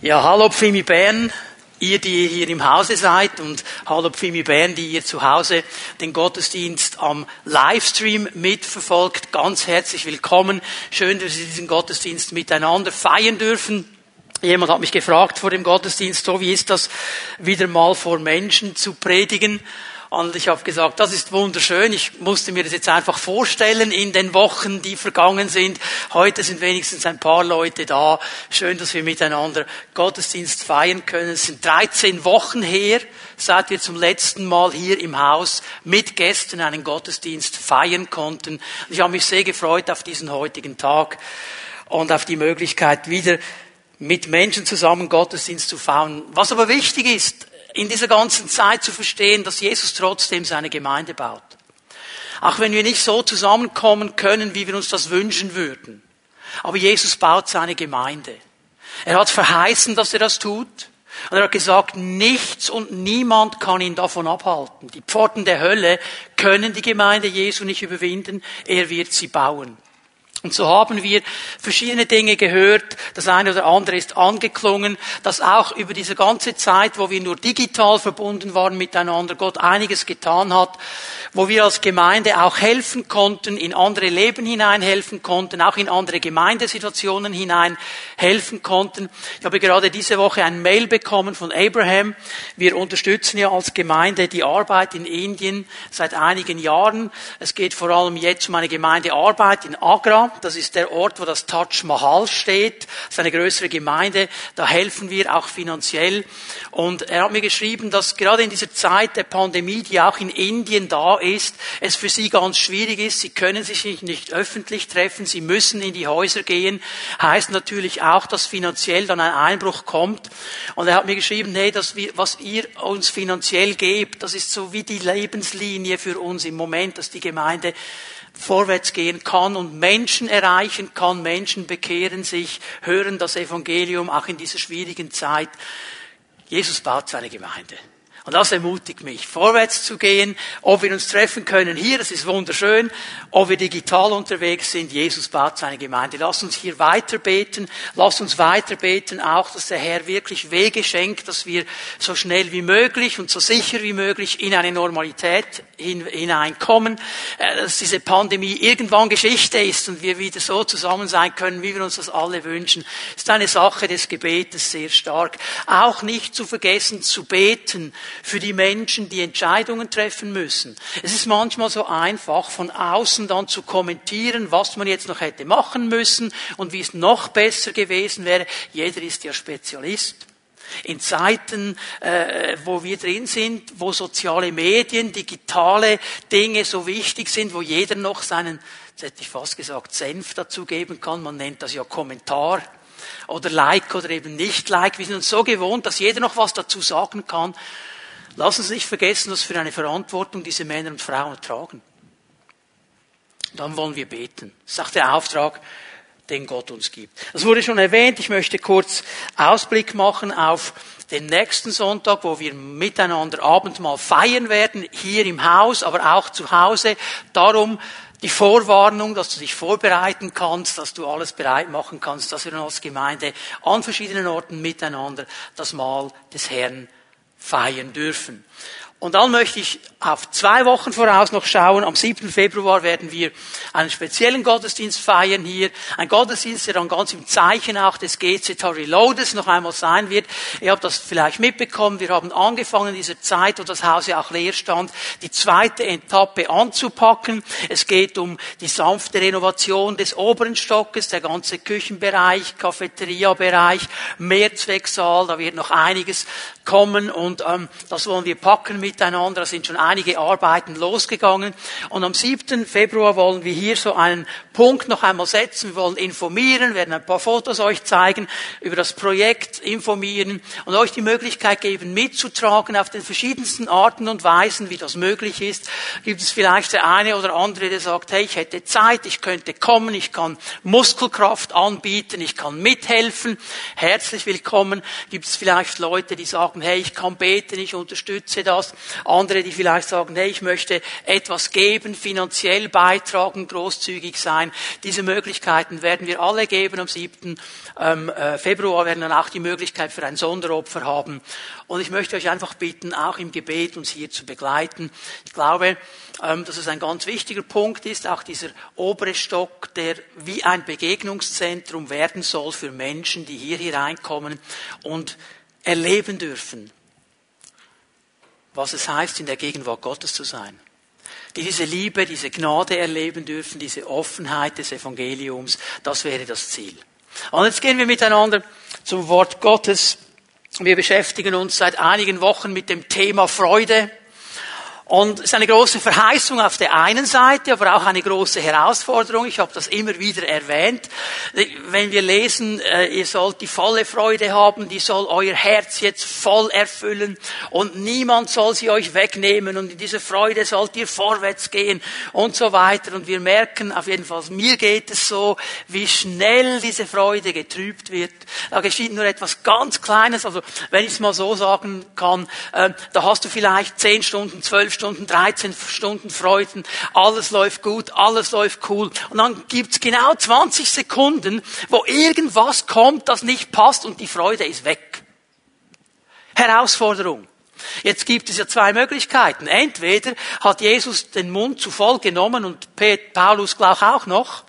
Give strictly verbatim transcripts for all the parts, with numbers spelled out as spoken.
Ja, hallo Pfimi Bern, ihr, die hier im Hause seid, und hallo Pfimi Bern, die ihr zu Hause den Gottesdienst am Livestream mitverfolgt. Ganz herzlich willkommen. Schön, dass wir diesen Gottesdienst miteinander feiern dürfen. Jemand hat mich gefragt vor dem Gottesdienst, so wie ist das, wieder mal vor Menschen zu predigen? Und ich habe gesagt, das ist wunderschön. Ich musste mir das jetzt einfach vorstellen in den Wochen, die vergangen sind. Heute sind wenigstens ein paar Leute da. Schön, dass wir miteinander Gottesdienst feiern können. Es sind dreizehn Wochen her, seit wir zum letzten Mal hier im Haus mit Gästen einen Gottesdienst feiern konnten. Und ich habe mich sehr gefreut auf diesen heutigen Tag und auf die Möglichkeit, wieder mit Menschen zusammen Gottesdienst zu feiern. Was aber wichtig ist, in dieser ganzen Zeit zu verstehen, dass Jesus trotzdem seine Gemeinde baut. Auch wenn wir nicht so zusammenkommen können, wie wir uns das wünschen würden. Aber Jesus baut seine Gemeinde. Er hat verheißen, dass er das tut. Und er hat gesagt, nichts und niemand kann ihn davon abhalten. Die Pforten der Hölle können die Gemeinde Jesu nicht überwinden. Er wird sie bauen. Und so haben wir verschiedene Dinge gehört. Das eine oder andere ist angeklungen, dass auch über diese ganze Zeit, wo wir nur digital verbunden waren miteinander, Gott einiges getan hat, wo wir als Gemeinde auch helfen konnten, in andere Leben hinein helfen konnten, auch in andere Gemeindesituationen hinein helfen konnten. Ich habe gerade diese Woche ein Mail bekommen von Abraham. Wir unterstützen ja als Gemeinde die Arbeit in Indien seit einigen Jahren. Es geht vor allem jetzt um eine Gemeindearbeit in Agra. Das ist der Ort, wo das Taj Mahal steht. Das ist eine größere Gemeinde. Da helfen wir auch finanziell. Und er hat mir geschrieben, dass gerade in dieser Zeit der Pandemie, die auch in Indien da ist, es für sie ganz schwierig ist. Sie können sich nicht öffentlich treffen. Sie müssen in die Häuser gehen. Heißt natürlich auch, dass finanziell dann ein Einbruch kommt. Und er hat mir geschrieben, hey, dass wir, was ihr uns finanziell gebt, das ist so wie die Lebenslinie für uns im Moment, dass die Gemeinde vorwärts gehen kann und Menschen erreichen kann. Menschen bekehren sich, hören das Evangelium auch in dieser schwierigen Zeit. Jesus baut seine Gemeinde. Und das ermutigt mich, vorwärts zu gehen, ob wir uns treffen können hier, das ist wunderschön, ob wir digital unterwegs sind, Jesus baut seine Gemeinde. Lass uns hier weiter beten, lass uns weiter beten, auch, dass der Herr wirklich Wege schenkt, dass wir so schnell wie möglich und so sicher wie möglich in eine Normalität hineinkommen, dass diese Pandemie irgendwann Geschichte ist und wir wieder so zusammen sein können, wie wir uns das alle wünschen. Das ist eine Sache des Gebetes sehr stark. Auch nicht zu vergessen zu beten für die Menschen, die Entscheidungen treffen müssen. Es ist manchmal so einfach, von außen dann zu kommentieren, was man jetzt noch hätte machen müssen und wie es noch besser gewesen wäre. Jeder ist ja Spezialist. In Zeiten, äh, wo wir drin sind, wo soziale Medien, digitale Dinge so wichtig sind, wo jeder noch seinen, jetzt hätte ich fast gesagt, Senf dazugeben kann. Man nennt das ja Kommentar oder Like oder eben nicht Like. Wir sind uns so gewohnt, dass jeder noch was dazu sagen kann. Lass uns nicht vergessen, was für eine Verantwortung diese Männer und Frauen tragen. Dann wollen wir beten. Das ist auch der Auftrag, den Gott uns gibt. Das wurde schon erwähnt. Ich möchte kurz Ausblick machen auf den nächsten Sonntag, wo wir miteinander Abendmahl feiern werden, hier im Haus, aber auch zu Hause. Darum die Vorwarnung, dass du dich vorbereiten kannst, dass du alles bereit machen kannst, dass wir als Gemeinde an verschiedenen Orten miteinander das Mahl des Herrn feiern dürfen. Und dann möchte ich auf zwei Wochen voraus noch schauen. Am siebten Februar werden wir einen speziellen Gottesdienst feiern hier. Ein Gottesdienst, der dann ganz im Zeichen auch des G Z H Reloaded noch einmal sein wird. Ihr habt das vielleicht mitbekommen. Wir haben angefangen in dieser Zeit, wo das Haus ja auch leer stand, die zweite Etappe anzupacken. Es geht um die sanfte Renovation des oberen Stockes, der ganze Küchenbereich, Cafeteria-Bereich, Mehrzwecksaal. Da wird noch einiges kommen und ähm, das wollen wir packen miteinander. Da sind schon einige Arbeiten losgegangen. Und am siebten Februar wollen wir hier so einen Punkt noch einmal setzen. Wir wollen informieren, werden ein paar Fotos euch zeigen, über das Projekt informieren und euch die Möglichkeit geben, mitzutragen auf den verschiedensten Arten und Weisen, wie das möglich ist. Gibt es vielleicht der eine oder andere, der sagt, hey, ich hätte Zeit, ich könnte kommen, ich kann Muskelkraft anbieten, ich kann mithelfen. Herzlich willkommen. Gibt es vielleicht Leute, die sagen, hey, ich kann beten, ich unterstütze das. Andere, die vielleicht sagen, hey, ich möchte etwas geben, finanziell beitragen, großzügig sein. Diese Möglichkeiten werden wir alle geben. Am siebten Februar werden dann auch die Möglichkeit für ein Sonderopfer haben. Und ich möchte euch einfach bitten, auch im Gebet uns hier zu begleiten. Ich glaube, dass es ein ganz wichtiger Punkt ist, auch dieser obere Stock, der wie ein Begegnungszentrum werden soll für Menschen, die hier hineinkommen und erleben dürfen, was es heißt, in der Gegenwart Gottes zu sein. Die diese Liebe, diese Gnade erleben dürfen, diese Offenheit des Evangeliums, das wäre das Ziel. Und jetzt gehen wir miteinander zum Wort Gottes. Wir beschäftigen uns seit einigen Wochen mit dem Thema Freude. Und es ist eine große Verheißung auf der einen Seite, aber auch eine große Herausforderung. Ich habe das immer wieder erwähnt. Wenn wir lesen, ihr sollt die volle Freude haben, die soll euer Herz jetzt voll erfüllen und niemand soll sie euch wegnehmen und in dieser Freude sollt ihr vorwärts gehen und so weiter. Und wir merken, auf jeden Fall mir geht es so, wie schnell diese Freude getrübt wird. Da geschieht nur etwas ganz Kleines, also wenn ich es mal so sagen kann, äh, da hast du vielleicht zehn Stunden, zwölf Stunden, dreizehn Stunden Freuden, alles läuft gut, alles läuft cool. Und dann gibt's genau zwanzig Sekunden, wo irgendwas kommt, das nicht passt und die Freude ist weg. Herausforderung. Jetzt gibt es ja zwei Möglichkeiten. Entweder hat Jesus den Mund zu voll genommen und Paulus glaubt auch noch,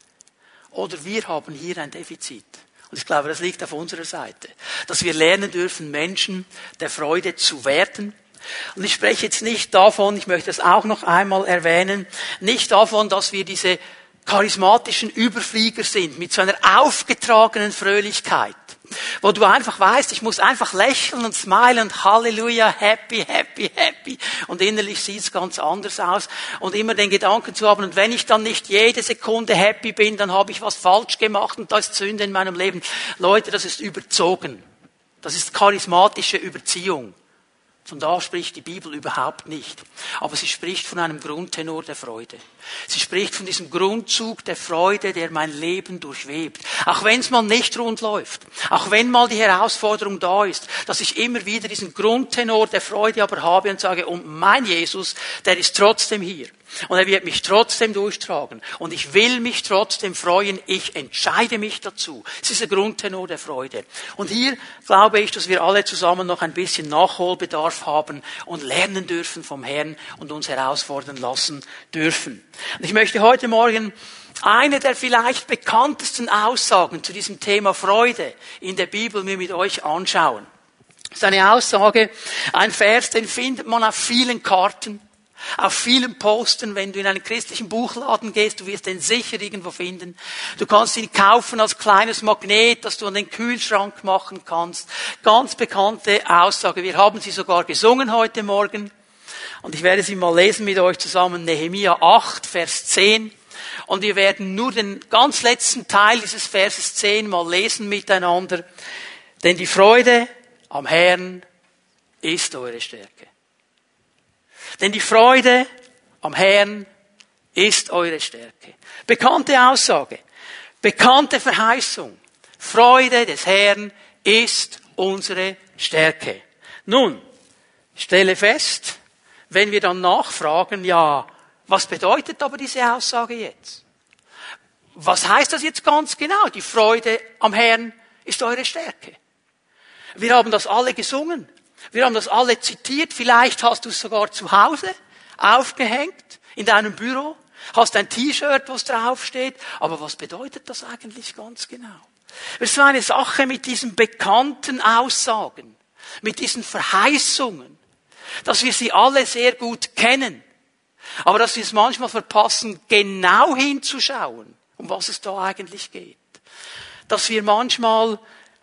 oder wir haben hier ein Defizit. Und ich glaube, das liegt auf unserer Seite. Dass wir lernen dürfen, Menschen der Freude zu werden. Und ich spreche jetzt nicht davon, ich möchte das auch noch einmal erwähnen, nicht davon, dass wir diese charismatischen Überflieger sind, mit so einer aufgetragenen Fröhlichkeit, wo du einfach weißt, ich muss einfach lächeln und smilen und Halleluja, happy, happy, happy. Und innerlich sieht es ganz anders aus. Und immer den Gedanken zu haben, und wenn ich dann nicht jede Sekunde happy bin, dann habe ich was falsch gemacht und da ist Sünde in meinem Leben. Leute, das ist überzogen. Das ist charismatische Überziehung. Von da spricht die Bibel überhaupt nicht. Aber sie spricht von einem Grundtenor der Freude. Sie spricht von diesem Grundzug der Freude, der mein Leben durchwebt. Auch wenn es mal nicht rund läuft. Auch wenn mal die Herausforderung da ist. Dass ich immer wieder diesen Grundtenor der Freude aber habe und sage, und mein Jesus, der ist trotzdem hier. Und er wird mich trotzdem durchtragen. Und ich will mich trotzdem freuen. Ich entscheide mich dazu. Es ist der Grundtenor der Freude. Und hier glaube ich, dass wir alle zusammen noch ein bisschen Nachholbedarf haben und lernen dürfen vom Herrn und uns herausfordern lassen dürfen. Und ich möchte heute Morgen eine der vielleicht bekanntesten Aussagen zu diesem Thema Freude in der Bibel mir mit euch anschauen. Das ist eine Aussage, ein Vers, den findet man auf vielen Karten. Auf vielen Postern, wenn du in einen christlichen Buchladen gehst, du wirst den sicher irgendwo finden. Du kannst ihn kaufen als kleines Magnet, das du an den Kühlschrank machen kannst. Ganz bekannte Aussage. Wir haben sie sogar gesungen heute Morgen. Und ich werde sie mal lesen mit euch zusammen. Nehemia acht, Vers zehn. Und wir werden nur den ganz letzten Teil dieses Verses zehn mal lesen miteinander. Denn die Freude am Herrn ist eure Stärke. Denn die Freude am Herrn ist eure Stärke. Bekannte Aussage, bekannte Verheißung. Freude des Herrn ist unsere Stärke. Nun, ich stelle fest, wenn wir dann nachfragen, ja, was bedeutet aber diese Aussage jetzt? Was heißt das jetzt ganz genau? Die Freude am Herrn ist eure Stärke. Wir haben das alle gesungen. Wir haben das alle zitiert. Vielleicht hast du es sogar zu Hause aufgehängt, in deinem Büro. Hast ein T-Shirt, was draufsteht. Aber was bedeutet das eigentlich ganz genau? Es ist so eine Sache mit diesen bekannten Aussagen, mit diesen Verheißungen, dass wir sie alle sehr gut kennen. Aber dass wir es manchmal verpassen, genau hinzuschauen, um was es da eigentlich geht. Dass wir manchmal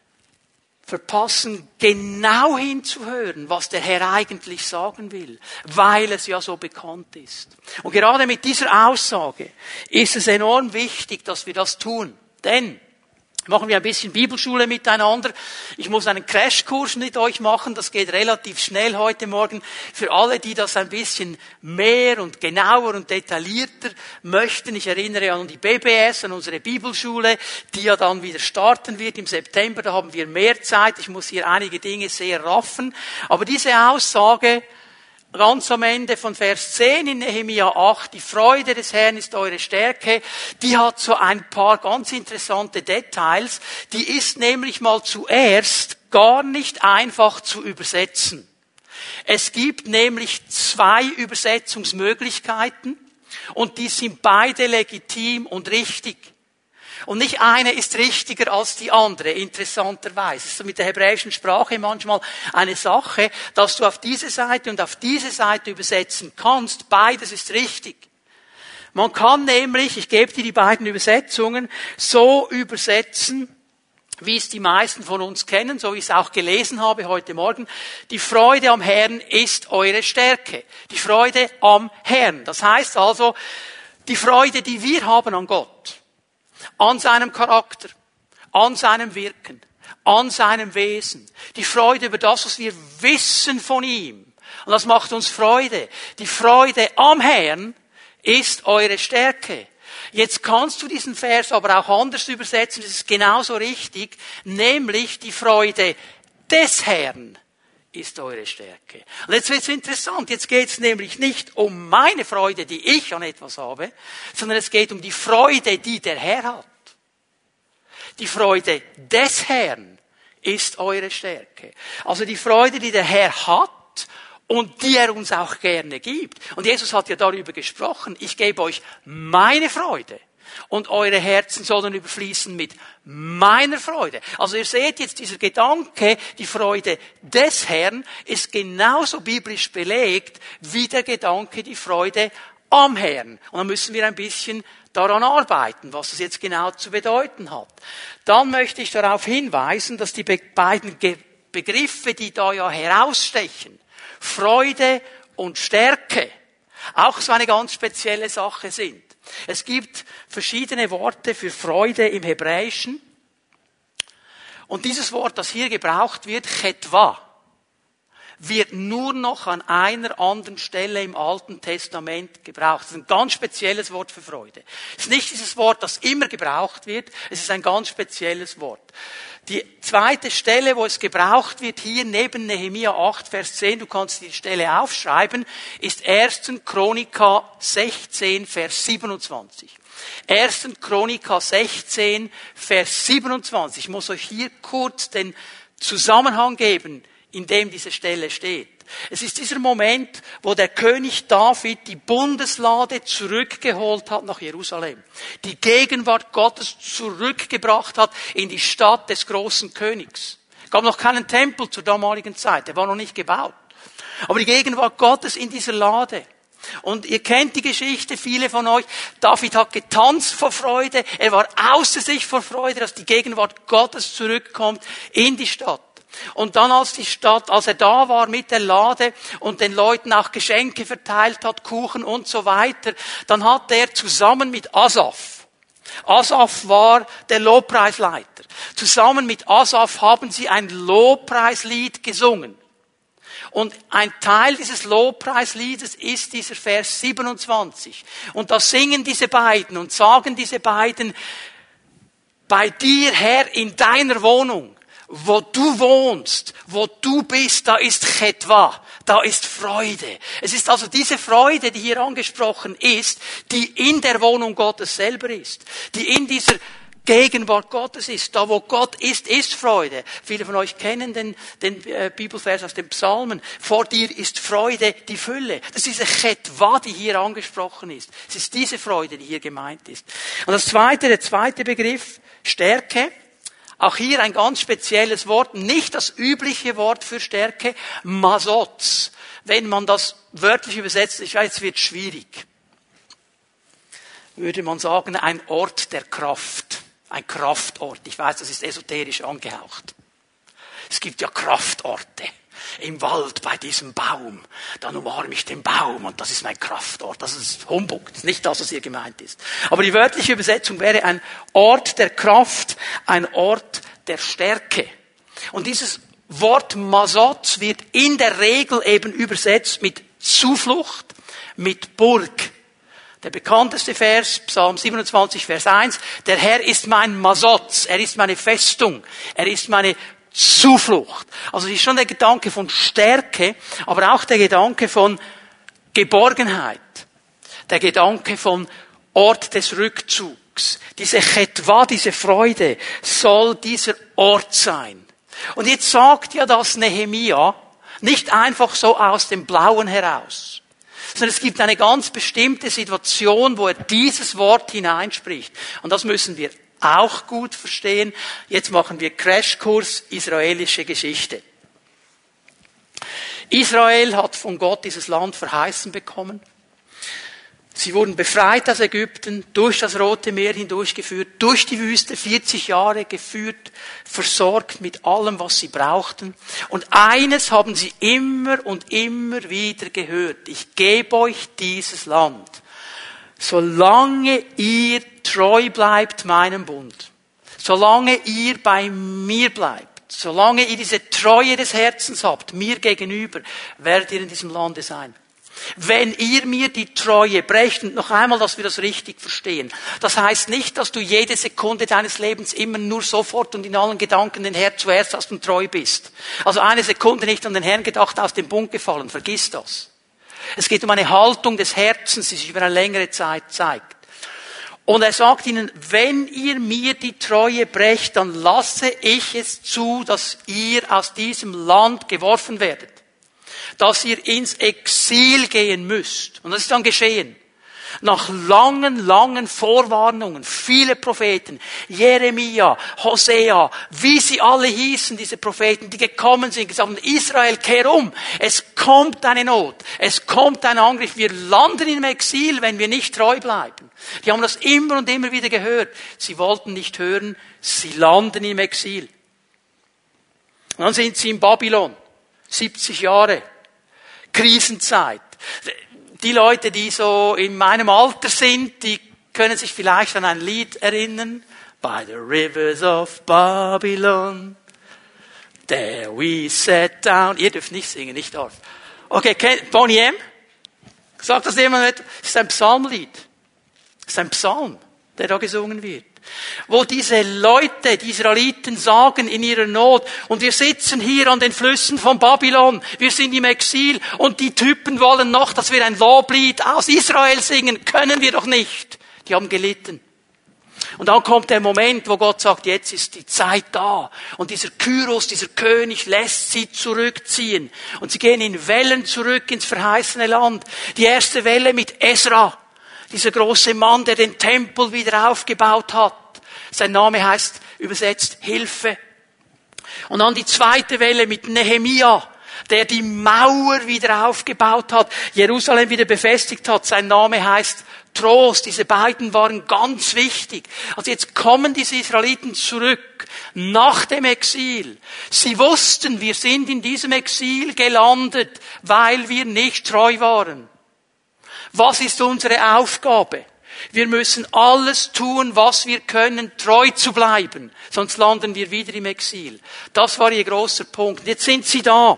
verpassen, genau hinzuhören, was der Herr eigentlich sagen will, weil es ja so bekannt ist. Und gerade mit dieser Aussage ist es enorm wichtig, dass wir das tun. Denn machen wir ein bisschen Bibelschule miteinander. Ich muss einen Crashkurs mit euch machen. Das geht relativ schnell heute Morgen. Für alle, die das ein bisschen mehr und genauer und detaillierter möchten. Ich erinnere an die B B S, an unsere Bibelschule, die ja dann wieder starten wird im September. Da haben wir mehr Zeit. Ich muss hier einige Dinge sehr raffen. Aber diese Aussage ganz am Ende von Vers zehn in Nehemia acht, die Freude des Herrn ist eure Stärke, die hat so ein paar ganz interessante Details. Die ist nämlich mal zuerst gar nicht einfach zu übersetzen. Es gibt nämlich zwei Übersetzungsmöglichkeiten und die sind beide legitim und richtig. Und nicht eine ist richtiger als die andere, interessanterweise. Es ist mit der hebräischen Sprache manchmal eine Sache, dass du auf diese Seite und auf diese Seite übersetzen kannst. Beides ist richtig. Man kann nämlich, ich gebe dir die beiden Übersetzungen, so übersetzen, wie es die meisten von uns kennen, so wie ich es auch gelesen habe heute Morgen. Die Freude am Herrn ist eure Stärke. Die Freude am Herrn. Das heißt also, die Freude, die wir haben an Gott, an seinem Charakter, an seinem Wirken, an seinem Wesen. Die Freude über das, was wir wissen von ihm. Und das macht uns Freude. Die Freude am Herrn ist eure Stärke. Jetzt kannst du diesen Vers aber auch anders übersetzen. Das ist genauso richtig. Nämlich die Freude des Herrn ist eure Stärke. Und jetzt wird es interessant. Jetzt geht es nämlich nicht um meine Freude, die ich an etwas habe, sondern es geht um die Freude, die der Herr hat. Die Freude des Herrn ist eure Stärke. Also die Freude, die der Herr hat und die er uns auch gerne gibt. Und Jesus hat ja darüber gesprochen. Ich gebe euch meine Freude. Und eure Herzen sollen überfließen mit meiner Freude. Also ihr seht jetzt, dieser Gedanke, die Freude des Herrn, ist genauso biblisch belegt wie der Gedanke, die Freude am Herrn. Und dann müssen wir ein bisschen daran arbeiten, was das jetzt genau zu bedeuten hat. Dann möchte ich darauf hinweisen, dass die beiden Begriffe, die da ja herausstechen, Freude und Stärke, auch so eine ganz spezielle Sache sind. Es gibt verschiedene Worte für Freude im Hebräischen. Und dieses Wort, das hier gebraucht wird, chetwa, wird nur noch an einer anderen Stelle im Alten Testament gebraucht. Das ist ein ganz spezielles Wort für Freude. Es ist nicht dieses Wort, das immer gebraucht wird. Es ist ein ganz spezielles Wort. Die zweite Stelle, wo es gebraucht wird, hier neben Nehemia acht, Vers zehn, du kannst die Stelle aufschreiben, ist erster Chronika sechzehn, Vers siebenundzwanzig. erster Chronika sechzehn, Vers siebenundzwanzig. Ich muss euch hier kurz den Zusammenhang geben, in dem diese Stelle steht. Es ist dieser Moment, wo der König David die Bundeslade zurückgeholt hat nach Jerusalem. Die Gegenwart Gottes zurückgebracht hat in die Stadt des großen Königs. Es gab noch keinen Tempel zur damaligen Zeit, der war noch nicht gebaut. Aber die Gegenwart Gottes in dieser Lade. Und ihr kennt die Geschichte, viele von euch. David hat getanzt vor Freude. Er war außer sich vor Freude, dass die Gegenwart Gottes zurückkommt in die Stadt. Und dann als die Stadt, als er da war mit der Lade und den Leuten auch Geschenke verteilt hat, Kuchen und so weiter, dann hat er zusammen mit Asaf, Asaf war der Lobpreisleiter, zusammen mit Asaf haben sie ein Lobpreislied gesungen. Und ein Teil dieses Lobpreisliedes ist dieser Vers siebenundzwanzig. Und da singen diese beiden und sagen diese beiden, bei dir, Herr, in deiner Wohnung, wo du wohnst, wo du bist, da ist Chetwa, da ist Freude. Es ist also diese Freude, die hier angesprochen ist, die in der Wohnung Gottes selber ist, die in dieser Gegenwart Gottes ist. Da, wo Gott ist, ist Freude. Viele von euch kennen den, den äh, Bibelvers aus den Psalmen. Vor dir ist Freude die Fülle. Das ist diese Chetwa, die hier angesprochen ist. Es ist diese Freude, die hier gemeint ist. Und das zweite, der zweite Begriff, Stärke. Auch hier ein ganz spezielles Wort, nicht das übliche Wort für Stärke, Masoz. Wenn man das wörtlich übersetzt, ich weiß, es wird schwierig. Würde man sagen, ein Ort der Kraft. Ein Kraftort. Ich weiß, das ist esoterisch angehaucht. Es gibt ja Kraftorte. Im Wald bei diesem Baum. Dann umarme ich den Baum und das ist mein Kraftort. Das ist Humbug. Das ist nicht das, was hier gemeint ist. Aber die wörtliche Übersetzung wäre ein Ort der Kraft, ein Ort der Stärke. Und dieses Wort Masoz wird in der Regel eben übersetzt mit Zuflucht, mit Burg. Der bekannteste Vers, Psalm siebenundzwanzig, Vers eins. Der Herr ist mein Masoz. Er ist meine Festung. Er ist meine Zuflucht. Also es ist schon der Gedanke von Stärke, aber auch der Gedanke von Geborgenheit. Der Gedanke von Ort des Rückzugs. Diese Chetwa, diese Freude soll dieser Ort sein. Und jetzt sagt ja das Nehemia nicht einfach so aus dem Blauen heraus, sondern es gibt eine ganz bestimmte Situation, wo er dieses Wort hineinspricht. Und das müssen wir auch gut verstehen. Jetzt machen wir Crashkurs israelische Geschichte. Israel hat von Gott dieses Land verheißen bekommen. Sie wurden befreit aus Ägypten, durch das Rote Meer hindurchgeführt, durch die Wüste vierzig Jahre geführt, versorgt mit allem, was sie brauchten. Und eines haben sie immer und immer wieder gehört: Ich gebe euch dieses Land, solange ihr treu bleibt meinem Bund, solange ihr bei mir bleibt, solange ihr diese Treue des Herzens habt, mir gegenüber, werdet ihr in diesem Lande sein. Wenn ihr mir die Treue brecht, und noch einmal, dass wir das richtig verstehen, das heißt nicht, dass du jede Sekunde deines Lebens immer nur sofort und in allen Gedanken den Herrn zuerst hast und treu bist. Also eine Sekunde nicht an den Herrn gedacht, aus dem Bund gefallen, vergiss das. Es geht um eine Haltung des Herzens, die sich über eine längere Zeit zeigt. Und er sagt ihnen, wenn ihr mir die Treue brecht, dann lasse ich es zu, dass ihr aus diesem Land geworfen werdet. Dass ihr ins Exil gehen müsst. Und das ist dann geschehen. Nach langen, langen Vorwarnungen, viele Propheten, Jeremia, Hosea, wie sie alle hießen, diese Propheten, die gekommen sind, gesagt haben, Israel, kehr um, es kommt eine Not, es kommt ein Angriff, wir landen im Exil, wenn wir nicht treu bleiben. Die haben das immer und immer wieder gehört. Sie wollten nicht hören, sie landen im Exil. Und dann sind sie in Babylon, siebzig Jahre. Krisenzeit. Die Leute, die so in meinem Alter sind, die können sich vielleicht an ein Lied erinnern. By the rivers of Babylon, there we sat down. Ihr dürft nicht singen, nicht Dorf. Okay, Bonnie M. Sagt das jemand etwas? Das ist ein Psalmlied. Das ist ein Psalm, der da gesungen wird. Wo diese Leute, die Israeliten, sagen in ihrer Not, und wir sitzen hier an den Flüssen von Babylon, wir sind im Exil, und die Typen wollen noch, dass wir ein Loblied aus Israel singen, können wir doch nicht. Die haben gelitten. Und dann kommt der Moment, wo Gott sagt, jetzt ist die Zeit da. Und dieser Kyros, dieser König, lässt sie zurückziehen. Und sie gehen in Wellen zurück ins verheißene Land. Die erste Welle mit Esra. Dieser große Mann, der den Tempel wieder aufgebaut hat. Sein Name heißt übersetzt Hilfe. Und dann die zweite Welle mit Nehemia, der die Mauer wieder aufgebaut hat, Jerusalem wieder befestigt hat. Sein Name heißt Trost. Diese beiden waren ganz wichtig. Also jetzt kommen diese Israeliten zurück nach dem Exil. Sie wussten, wir sind in diesem Exil gelandet, weil wir nicht treu waren. Was ist unsere Aufgabe? Wir müssen alles tun, was wir können, treu zu bleiben. Sonst landen wir wieder im Exil. Das war ihr großer Punkt. Jetzt sind sie da.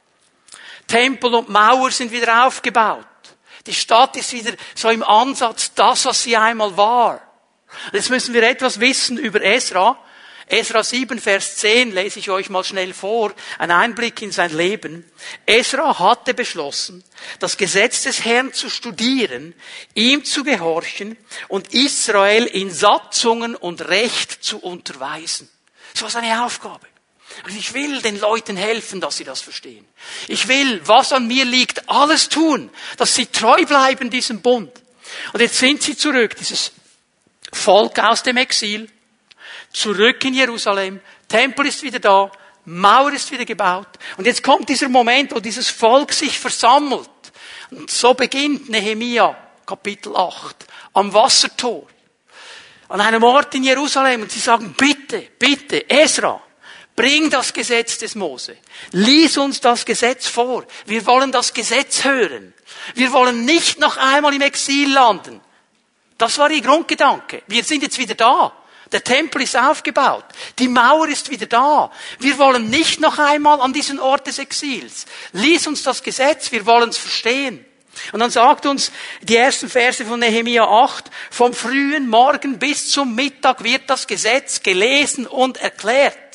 Tempel und Mauer sind wieder aufgebaut. Die Stadt ist wieder so im Ansatz das, was sie einmal war. Jetzt müssen wir etwas wissen über Esra. Esra sieben, Vers zehn lese ich euch mal schnell vor. Ein Einblick in sein Leben. Esra hatte beschlossen, das Gesetz des Herrn zu studieren, ihm zu gehorchen und Israel in Satzungen und Recht zu unterweisen. Das war seine Aufgabe. Und ich will den Leuten helfen, dass sie das verstehen. Ich will, was an mir liegt, alles tun, dass sie treu bleiben diesem Bund. Und jetzt sind sie zurück, dieses Volk aus dem Exil, zurück in Jerusalem, Tempel ist wieder da, Mauer ist wieder gebaut. Und jetzt kommt dieser Moment, wo dieses Volk sich versammelt. Und so beginnt Nehemia, Kapitel acht, am Wassertor. An einem Ort in Jerusalem. Und sie sagen, bitte, bitte, Esra, bring das Gesetz des Mose. Lies uns das Gesetz vor. Wir wollen das Gesetz hören. Wir wollen nicht noch einmal im Exil landen. Das war ihr Grundgedanke. Wir sind jetzt wieder da. Der Tempel ist aufgebaut. Die Mauer ist wieder da. Wir wollen nicht noch einmal an diesen Ort des Exils. Lies uns das Gesetz, wir wollen es verstehen. Und dann sagt uns die ersten Verse von Nehemia acht, vom frühen Morgen bis zum Mittag wird das Gesetz gelesen und erklärt.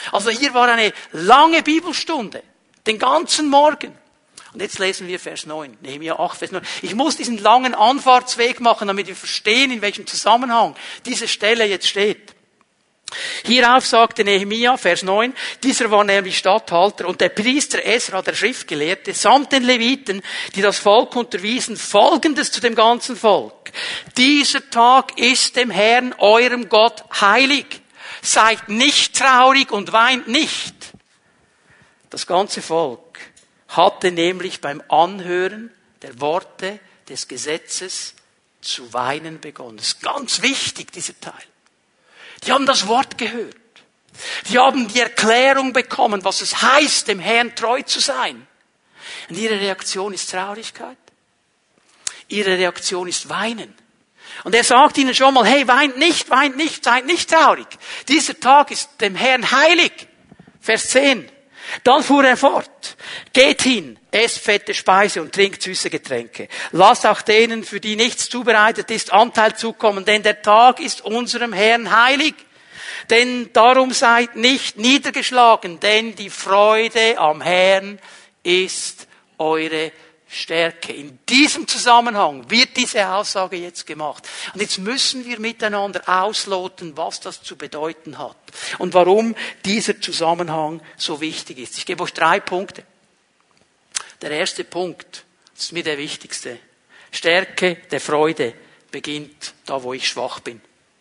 Also hier war eine lange Bibelstunde, den ganzen Morgen. Und jetzt lesen wir Vers neun, Nehemia acht, Vers neun. Ich muss diesen langen Anfahrtsweg machen, damit wir verstehen, in welchem Zusammenhang diese Stelle jetzt steht. Hierauf sagte Nehemia, Vers neun, dieser war nämlich Statthalter und der Priester Esra, der Schriftgelehrte, samt den Leviten, die das Volk unterwiesen, Folgendes zu dem ganzen Volk. Dieser Tag ist dem Herrn, eurem Gott, heilig. Seid nicht traurig und weint nicht. Das ganze Volk hatte nämlich beim Anhören der Worte des Gesetzes zu weinen begonnen. Das ist ganz wichtig, dieser Teil. Die haben das Wort gehört. Die haben die Erklärung bekommen, was es heißt, dem Herrn treu zu sein. Und ihre Reaktion ist Traurigkeit. Ihre Reaktion ist Weinen. Und er sagt ihnen schon mal, hey, weint nicht, weint nicht, seid nicht traurig. Dieser Tag ist dem Herrn heilig. Vers zehn. Dann fuhr er fort. Geht hin, esst fette Speise und trinkt süße Getränke. Lasst auch denen, für die nichts zubereitet ist, Anteil zukommen, denn der Tag ist unserem Herrn heilig. Denn darum seid nicht niedergeschlagen, denn die Freude am Herrn ist eure Stärke. In diesem Zusammenhang wird diese Aussage jetzt gemacht. Und jetzt müssen wir miteinander ausloten, was das zu bedeuten hat und warum dieser Zusammenhang so wichtig ist. Ich gebe euch drei Punkte. Der erste Punkt, das ist mir der wichtigste. Stärke der Freude beginnt da, wo ich schwach bin.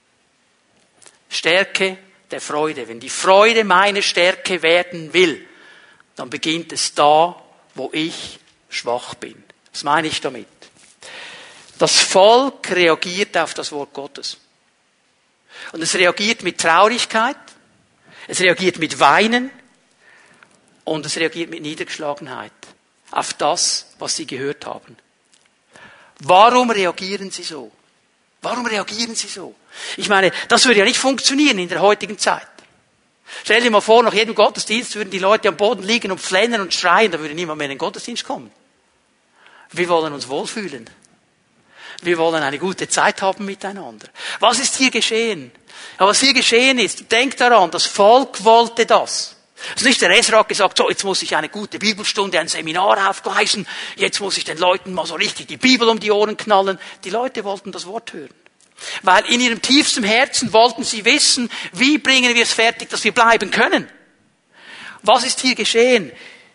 Stärke der Freude. Wenn die Freude meine Stärke werden will, dann beginnt es da, wo ich schwach bin. Was meine ich damit? Das Volk reagiert auf das Wort Gottes. Und es reagiert mit Traurigkeit, es reagiert mit Weinen und es reagiert mit Niedergeschlagenheit auf das, was sie gehört haben. Warum reagieren sie so? Warum reagieren sie so? Ich meine, das würde ja nicht funktionieren in der heutigen Zeit. Stell dir mal vor, nach jedem Gottesdienst würden die Leute am Boden liegen und flennen und schreien, da würde niemand mehr in den Gottesdienst kommen. Wir wollen uns wohlfühlen. Wir wollen eine gute Zeit haben miteinander. Was ist hier geschehen? Ja, was hier geschehen ist, denkt daran, das Volk wollte das. Es ist nicht der Esra hat gesagt, so, jetzt muss ich eine gute Bibelstunde, ein Seminar aufgleisen, jetzt muss ich den Leuten mal so richtig die Bibel um die Ohren knallen. Die Leute wollten das Wort hören. Weil in ihrem tiefsten Herzen wollten sie wissen, wie bringen wir es fertig, dass wir bleiben können. Was ist hier geschehen?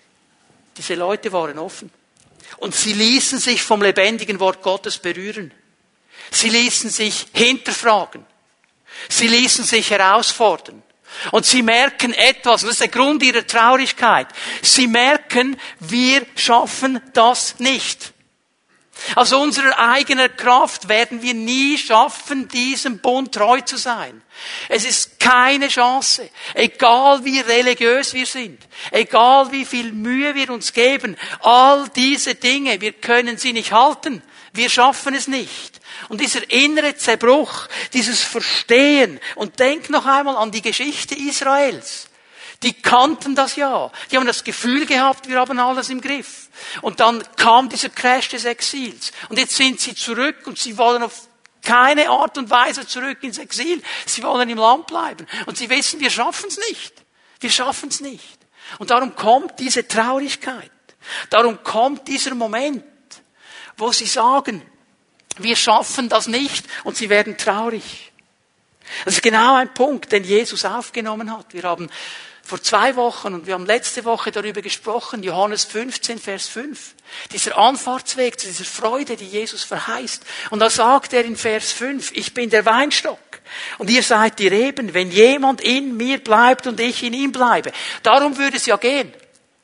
Diese Leute waren offen. Und sie ließen sich vom lebendigen Wort Gottes berühren. Sie ließen sich hinterfragen. Sie ließen sich herausfordern. Und sie merken etwas, und das ist der Grund ihrer Traurigkeit. Sie merken, wir schaffen das nicht. Aus unserer eigenen Kraft werden wir nie schaffen, diesem Bund treu zu sein. Es ist keine Chance. Egal wie religiös wir sind, egal wie viel Mühe wir uns geben, all diese Dinge, wir können sie nicht halten. Wir schaffen es nicht. Und dieser innere Zerbruch, dieses Verstehen, und denk noch einmal an die Geschichte Israels. Die kannten das ja. Die haben das Gefühl gehabt, wir haben alles im Griff. Und dann kam dieser Crash des Exils. Und jetzt sind sie zurück und sie wollen auf keine Art und Weise zurück ins Exil. Sie wollen im Land bleiben. Und sie wissen, wir schaffen es nicht. Wir schaffen es nicht. Und darum kommt diese Traurigkeit. Darum kommt dieser Moment, wo sie sagen, wir schaffen das nicht, und sie werden traurig. Das ist genau ein Punkt, den Jesus aufgenommen hat. Wir haben vor zwei Wochen und wir haben letzte Woche darüber gesprochen, Johannes fünfzehn, Vers fünf. Dieser Anfahrtsweg zu dieser Freude, die Jesus verheißt. Und da sagt er in Vers fünf, ich bin der Weinstock und ihr seid die Reben, wenn jemand in mir bleibt und ich in ihm bleibe. Darum würde es ja gehen.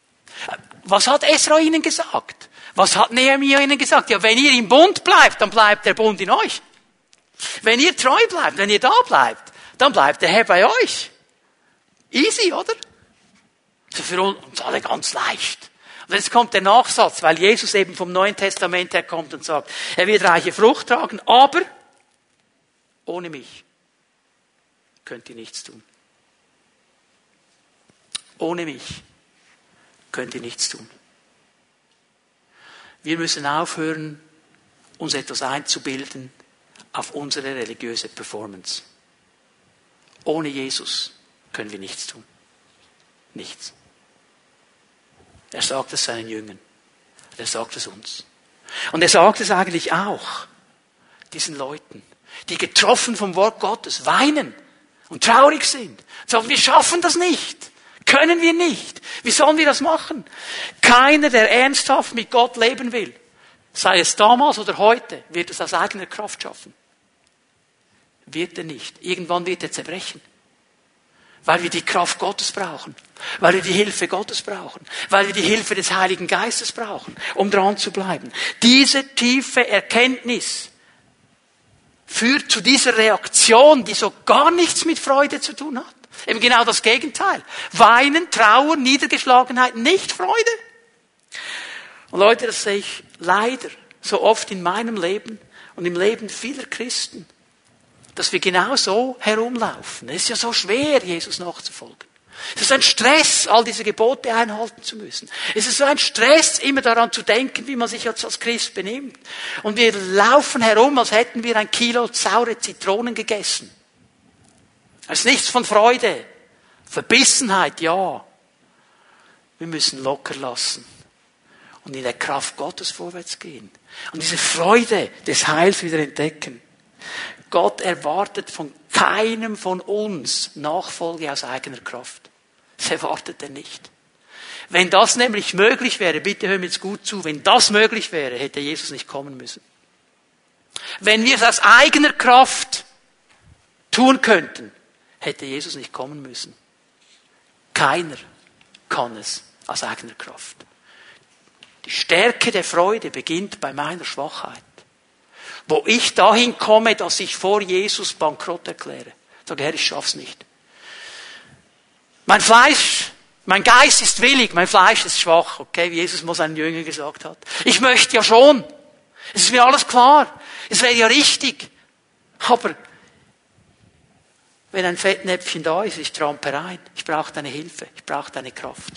Was hat Esra ihnen gesagt? Was hat Nehemia ihnen gesagt? Ja, wenn ihr im Bund bleibt, dann bleibt der Bund in euch. Wenn ihr treu bleibt, wenn ihr da bleibt, dann bleibt der Herr bei euch. Easy, oder? So für uns alle ganz leicht. Und jetzt kommt der Nachsatz, weil Jesus eben vom Neuen Testament her kommt und sagt, er wird reiche Frucht tragen, aber ohne mich könnt ihr nichts tun. Ohne mich könnt ihr nichts tun. Wir müssen aufhören, uns etwas einzubilden auf unsere religiöse Performance. Ohne Jesus können wir nichts tun. nichts. Er sagt es seinen Jüngern. Er sagt es uns. Und er sagt es eigentlich auch diesen Leuten, die getroffen vom Wort Gottes weinen und traurig sind. Sagen, wir schaffen das nicht. Können wir nicht. Wie sollen wir das machen? Keiner, der ernsthaft mit Gott leben will, sei es damals oder heute, wird es aus eigener Kraft schaffen. Wird er nicht. Irgendwann wird er zerbrechen. Weil wir die Kraft Gottes brauchen. Weil wir die Hilfe Gottes brauchen. Weil wir die Hilfe des Heiligen Geistes brauchen, um dran zu bleiben. Diese tiefe Erkenntnis führt zu dieser Reaktion, die so gar nichts mit Freude zu tun hat. Eben genau das Gegenteil. Weinen, Trauer, Niedergeschlagenheit, nicht Freude. Und Leute, das sehe ich leider so oft in meinem Leben und im Leben vieler Christen, dass wir genau so herumlaufen. Es ist ja so schwer, Jesus nachzufolgen. Es ist ein Stress, all diese Gebote einhalten zu müssen. Es ist so ein Stress, immer daran zu denken, wie man sich jetzt als Christ benimmt. Und wir laufen herum, als hätten wir ein Kilo saure Zitronen gegessen. Es ist nichts von Freude. Verbissenheit, ja. Wir müssen locker lassen und in der Kraft Gottes vorwärts gehen. Und diese Freude des Heils wieder entdecken. Gott erwartet von keinem von uns Nachfolge aus eigener Kraft. Das erwartet er nicht. Wenn das nämlich möglich wäre, bitte hör mir jetzt gut zu, wenn das möglich wäre, hätte Jesus nicht kommen müssen. Wenn wir es aus eigener Kraft tun könnten, hätte Jesus nicht kommen müssen. Keiner kann es aus eigener Kraft. Die Stärke der Freude beginnt bei meiner Schwachheit. Wo ich dahin komme, dass ich vor Jesus bankrott erkläre. Sage, Herr, ich schaff's nicht. Mein Fleisch, mein Geist ist willig, mein Fleisch ist schwach. Okay, wie Jesus mal seinen Jüngern gesagt hat. Ich möchte ja schon. Es ist mir alles klar. Es wäre ja richtig. Aber wenn ein Fettnäpfchen da ist, ich trampe rein. Ich brauche deine Hilfe. Ich brauche deine Kraft.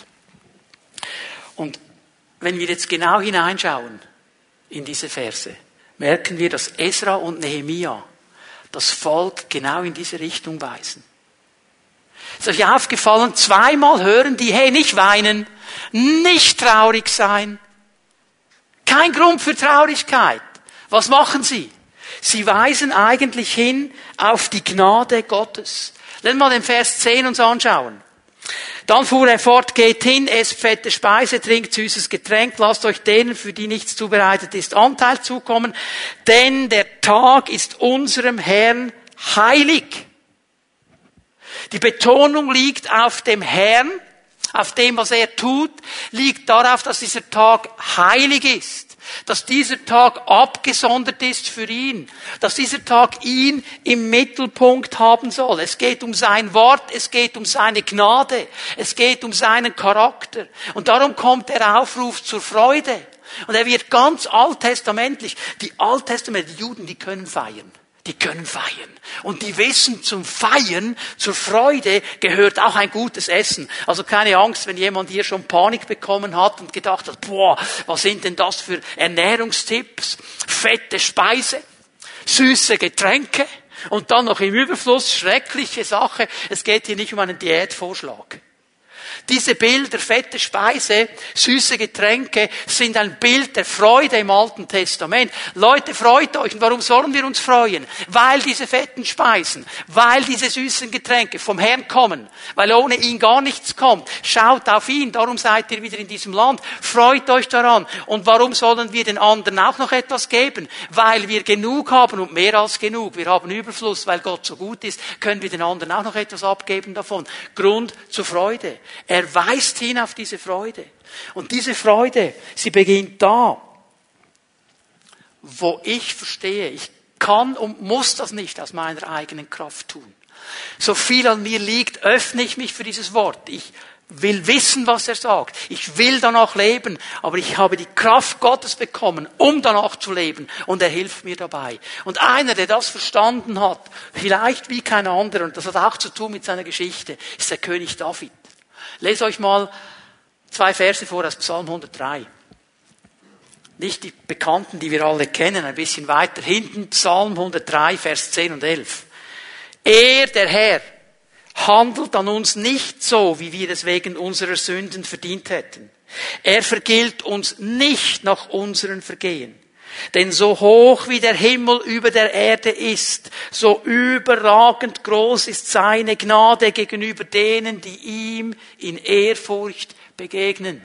Und wenn wir jetzt genau hineinschauen in diese Verse, merken wir, dass Esra und Nehemia das Volk genau in diese Richtung weisen. Ist euch aufgefallen, zweimal hören die, hey, nicht weinen, nicht traurig sein. Kein Grund für Traurigkeit. Was machen sie? Sie weisen eigentlich hin auf die Gnade Gottes. Lass mal den Vers zehn uns anschauen. Dann fuhr er fort, geht hin, esst fette Speise, trinkt süßes Getränk, lasst euch denen, für die nichts zubereitet ist, Anteil zukommen, denn der Tag ist unserem Herrn heilig. Die Betonung liegt auf dem Herrn, auf dem, was er tut, liegt darauf, dass dieser Tag heilig ist. Dass dieser Tag abgesondert ist für ihn. Dass dieser Tag ihn im Mittelpunkt haben soll. Es geht um sein Wort, es geht um seine Gnade, es geht um seinen Charakter. Und darum kommt der Aufruf zur Freude. Und er wird ganz alttestamentlich. Die alttestamentlichen Juden, die können feiern. Die können feiern. Und die wissen, zum Feiern, zur Freude gehört auch ein gutes Essen. Also keine Angst, wenn jemand hier schon Panik bekommen hat und gedacht hat, boah, was sind denn das für Ernährungstipps? Fette Speise, süße Getränke und dann noch im Überfluss, schreckliche Sache. Es geht hier nicht um einen Diätvorschlag. Diese Bilder, fette Speise, süße Getränke, sind ein Bild der Freude im Alten Testament. Leute, freut euch. Und warum sollen wir uns freuen? Weil diese fetten Speisen, weil diese süßen Getränke vom Herrn kommen, weil ohne ihn gar nichts kommt. Schaut auf ihn, darum seid ihr wieder in diesem Land. Freut euch daran. Und warum sollen wir den anderen auch noch etwas geben? Weil wir genug haben und mehr als genug. Wir haben Überfluss, weil Gott so gut ist, können wir den anderen auch noch etwas abgeben davon. Grund zur Freude. Er weist hin auf diese Freude. Und diese Freude, sie beginnt da, wo ich verstehe, ich kann und muss das nicht aus meiner eigenen Kraft tun. So viel an mir liegt, öffne ich mich für dieses Wort. Ich will wissen, was er sagt. Ich will danach leben, aber ich habe die Kraft Gottes bekommen, um danach zu leben. Und er hilft mir dabei. Und einer, der das verstanden hat, vielleicht wie kein anderer, und das hat auch zu tun mit seiner Geschichte, ist der König David. Lest euch mal zwei Verse vor aus Psalm hundertdrei. Nicht die Bekannten, die wir alle kennen, ein bisschen weiter hinten, Psalm hundertdrei, Vers zehn und elf. Er, der Herr, handelt an uns nicht so, wie wir es wegen unserer Sünden verdient hätten. Er vergilt uns nicht nach unseren Vergehen. Denn so hoch wie der Himmel über der Erde ist, so überragend groß ist seine Gnade gegenüber denen, die ihm in Ehrfurcht begegnen.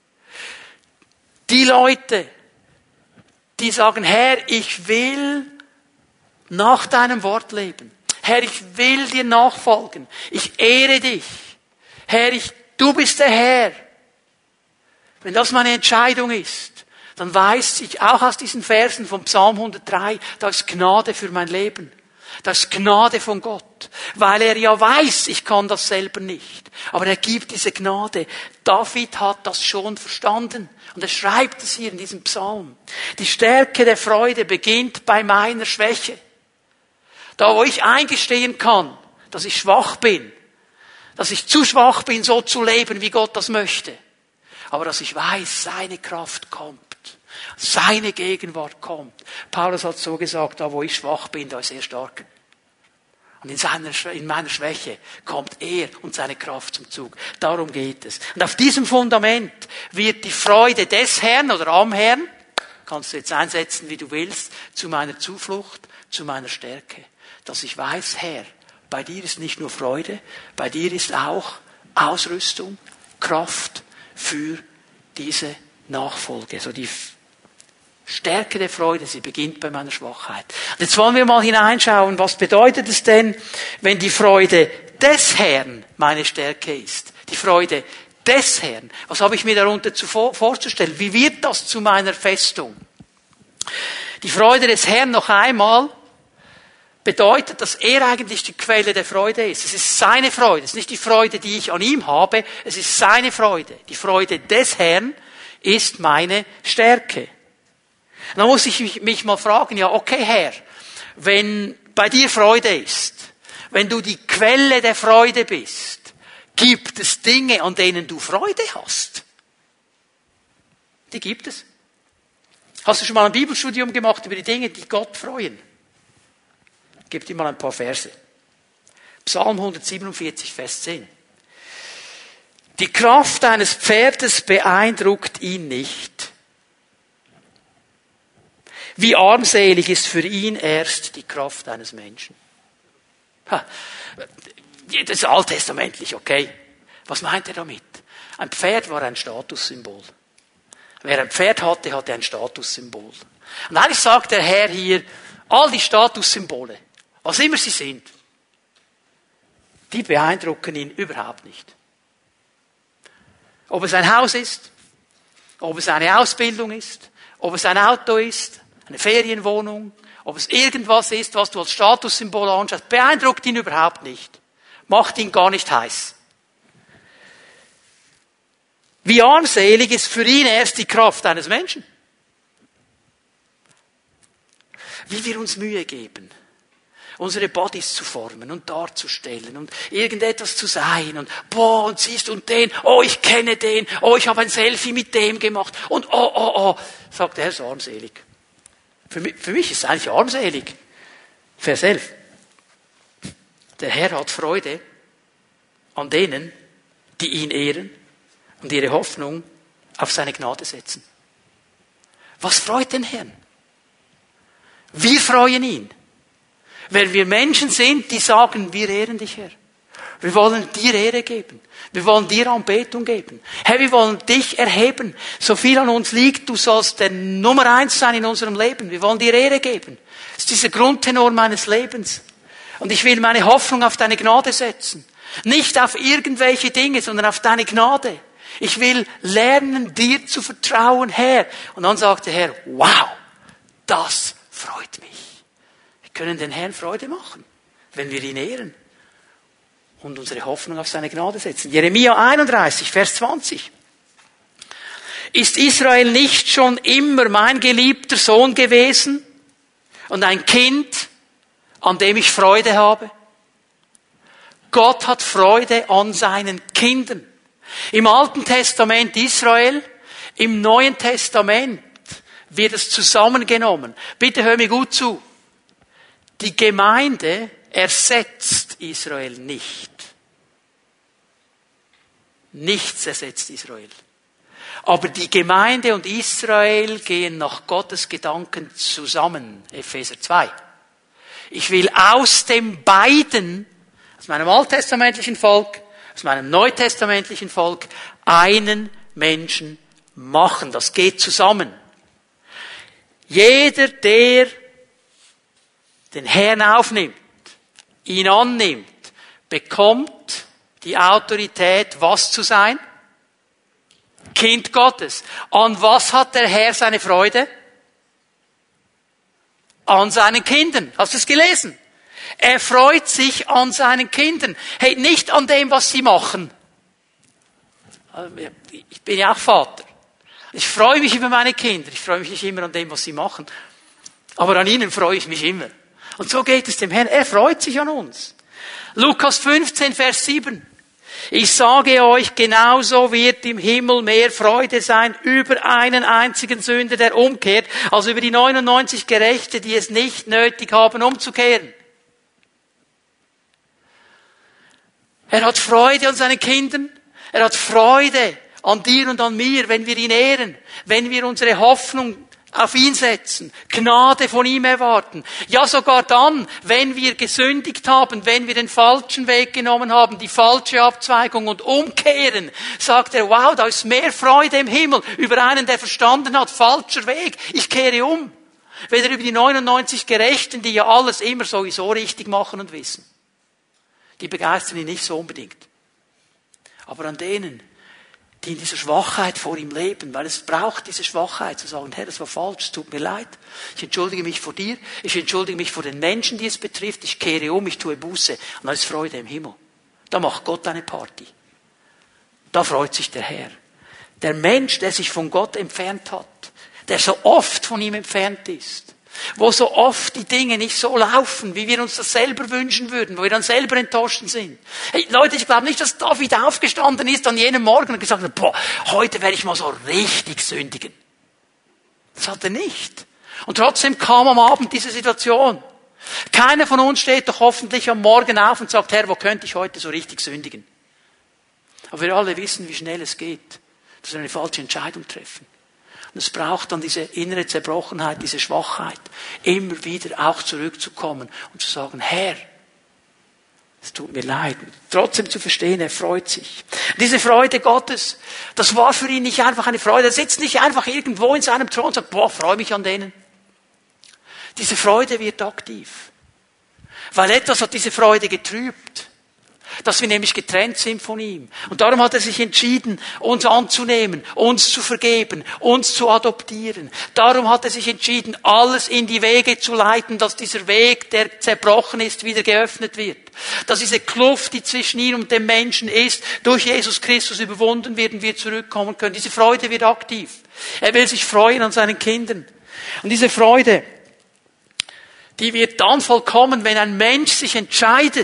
Die Leute, die sagen, Herr, ich will nach deinem Wort leben. Herr, ich will dir nachfolgen. Ich ehre dich. Herr, ich, du bist der Herr. Wenn das meine Entscheidung ist, dann weiß ich auch aus diesen Versen vom Psalm hundertdrei, da ist Gnade für mein Leben. Da ist Gnade von Gott. Weil er ja weiß, ich kann das selber nicht. Aber er gibt diese Gnade. David hat das schon verstanden. Und er schreibt es hier in diesem Psalm. Die Stärke der Freude beginnt bei meiner Schwäche. Da, wo ich eingestehen kann, dass ich schwach bin. Dass ich zu schwach bin, so zu leben, wie Gott das möchte. Aber dass ich weiß, seine Kraft kommt. Seine Gegenwart kommt. Paulus hat so gesagt, da wo ich schwach bin, da ist er stark. Und in, seiner, in meiner Schwäche kommt er und seine Kraft zum Zug. Darum geht es. Und auf diesem Fundament wird die Freude des Herrn oder am Herrn, kannst du jetzt einsetzen, wie du willst, zu meiner Zuflucht, zu meiner Stärke. Dass ich weiß, Herr, bei dir ist nicht nur Freude, bei dir ist auch Ausrüstung, Kraft für diese Nachfolge. So die Stärke der Freude, sie beginnt bei meiner Schwachheit. Und jetzt wollen wir mal hineinschauen, was bedeutet es denn, wenn die Freude des Herrn meine Stärke ist? Die Freude des Herrn. Was habe ich mir darunter zuvor vorzustellen? Wie wird das zu meiner Festung? Die Freude des Herrn noch einmal bedeutet, dass er eigentlich die Quelle der Freude ist. Es ist seine Freude. Es ist nicht die Freude, die ich an ihm habe. Es ist seine Freude. Die Freude des Herrn ist meine Stärke. Dann muss ich mich mal fragen, ja, okay, Herr, wenn bei dir Freude ist, wenn du die Quelle der Freude bist, gibt es Dinge, an denen du Freude hast? Die gibt es. Hast du schon mal ein Bibelstudium gemacht über die Dinge, die Gott freuen? Ich gebe dir mal ein paar Verse. Psalm hundertsiebenundvierzig, Vers zehn. Die Kraft eines Pferdes beeindruckt ihn nicht. Wie armselig ist für ihn erst die Kraft eines Menschen. Ha, das ist alttestamentlich, okay? Was meint er damit? Ein Pferd war ein Statussymbol. Wer ein Pferd hatte, hatte ein Statussymbol. Und eigentlich sagt der Herr hier, all die Statussymbole, was immer sie sind, die beeindrucken ihn überhaupt nicht. Ob es ein Haus ist, ob es eine Ausbildung ist, ob es ein Auto ist, eine Ferienwohnung, ob es irgendwas ist, was du als Statussymbol anschaust, beeindruckt ihn überhaupt nicht. Macht ihn gar nicht heiß. Wie armselig ist für ihn erst die Kraft eines Menschen. Wie wir uns Mühe geben, unsere Bodies zu formen und darzustellen und irgendetwas zu sein und boah, und siehst und den, oh, ich kenne den, oh, ich habe ein Selfie mit dem gemacht und oh, oh, oh, sagt er, ist armselig. Für mich, für mich ist es eigentlich armselig. Vers elf. Der Herr hat Freude an denen, die ihn ehren und ihre Hoffnung auf seine Gnade setzen. Was freut den Herrn? Wir freuen ihn. Wenn wir Menschen sind, die sagen, wir ehren dich, Herr. Wir wollen dir Ehre geben. Wir wollen dir Anbetung geben. Herr, wir wollen dich erheben. So viel an uns liegt, du sollst der Nummer eins sein in unserem Leben. Wir wollen dir Ehre geben. Das ist dieser Grundtenor meines Lebens. Und ich will meine Hoffnung auf deine Gnade setzen. Nicht auf irgendwelche Dinge, sondern auf deine Gnade. Ich will lernen, dir zu vertrauen, Herr. Und dann sagt der Herr, wow, das freut mich. Wir können den Herrn Freude machen, wenn wir ihn ehren und unsere Hoffnung auf seine Gnade setzen. Jeremia einunddreißig, Vers zwanzig. Ist Israel nicht schon immer mein geliebter Sohn gewesen und ein Kind, an dem ich Freude habe? Gott hat Freude an seinen Kindern. Im Alten Testament Israel, im Neuen Testament wird es zusammengenommen. Bitte hör mir gut zu. Die Gemeinde ersetzt Israel nicht. Nichts ersetzt Israel. Aber die Gemeinde und Israel gehen nach Gottes Gedanken zusammen. Epheser zwei. Ich will aus dem beiden, aus meinem alttestamentlichen Volk, aus meinem neutestamentlichen Volk, einen Menschen machen. Das geht zusammen. Jeder, der den Herrn aufnimmt, ihn annimmt, bekommt die Autorität, was zu sein? Kind Gottes. An was hat der Herr seine Freude? An seinen Kindern. Hast du es gelesen? Er freut sich an seinen Kindern. Hey, nicht an dem, was sie machen. Ich bin ja auch Vater. Ich freue mich über meine Kinder. Ich freue mich nicht immer an dem, was sie machen. Aber an ihnen freue ich mich immer. Und so geht es dem Herrn. Er freut sich an uns. Lukas fünfzehn, Vers sieben. Ich sage euch, genauso wird im Himmel mehr Freude sein über einen einzigen Sünder, der umkehrt, als über die neunundneunzig Gerechte, die es nicht nötig haben, umzukehren. Er hat Freude an seinen Kindern. Er hat Freude an dir und an mir, wenn wir ihn ehren, wenn wir unsere Hoffnung auf ihn setzen, Gnade von ihm erwarten. Ja, sogar dann, wenn wir gesündigt haben, wenn wir den falschen Weg genommen haben, die falsche Abzweigung und umkehren, sagt er, wow, da ist mehr Freude im Himmel über einen, der verstanden hat, falscher Weg, ich kehre um. Weder über die neunundneunzig Gerechten, die ja alles immer sowieso richtig machen und wissen. Die begeistern ihn nicht so unbedingt. Aber an denen, die in dieser Schwachheit vor ihm leben, weil es braucht diese Schwachheit, zu sagen, Herr, das war falsch, es tut mir leid, ich entschuldige mich vor dir, ich entschuldige mich vor den Menschen, die es betrifft, ich kehre um, ich tue Buße, und da ist Freude im Himmel. Da macht Gott eine Party. Da freut sich der Herr. Der Mensch, der sich von Gott entfernt hat, der so oft von ihm entfernt ist, wo so oft die Dinge nicht so laufen, wie wir uns das selber wünschen würden, wo wir dann selber enttäuscht sind. Hey, Leute, ich glaube nicht, dass David aufgestanden ist an jenem Morgen und gesagt hat, boah, heute werde ich mal so richtig sündigen. Das hat er nicht. Und trotzdem kam am Abend diese Situation. Keiner von uns steht doch hoffentlich am Morgen auf und sagt, Herr, wo könnte ich heute so richtig sündigen? Aber wir alle wissen, wie schnell es geht, dass wir eine falsche Entscheidung treffen. Und es braucht dann diese innere Zerbrochenheit, diese Schwachheit, immer wieder auch zurückzukommen und zu sagen, Herr, es tut mir leid. Trotzdem zu verstehen, er freut sich. Und diese Freude Gottes, das war für ihn nicht einfach eine Freude. Er sitzt nicht einfach irgendwo in seinem Thron und sagt, boah, freue mich an denen. Diese Freude wird aktiv. Weil etwas hat diese Freude getrübt. Dass wir nämlich getrennt sind von ihm. Und darum hat er sich entschieden, uns anzunehmen, uns zu vergeben, uns zu adoptieren. Darum hat er sich entschieden, alles in die Wege zu leiten, dass dieser Weg, der zerbrochen ist, wieder geöffnet wird. Dass diese Kluft, die zwischen ihm und dem Menschen ist, durch Jesus Christus überwunden wird und wir zurückkommen können. Diese Freude wird aktiv. Er will sich freuen an seinen Kindern. Und diese Freude, die wird dann vollkommen, wenn ein Mensch sich entscheidet,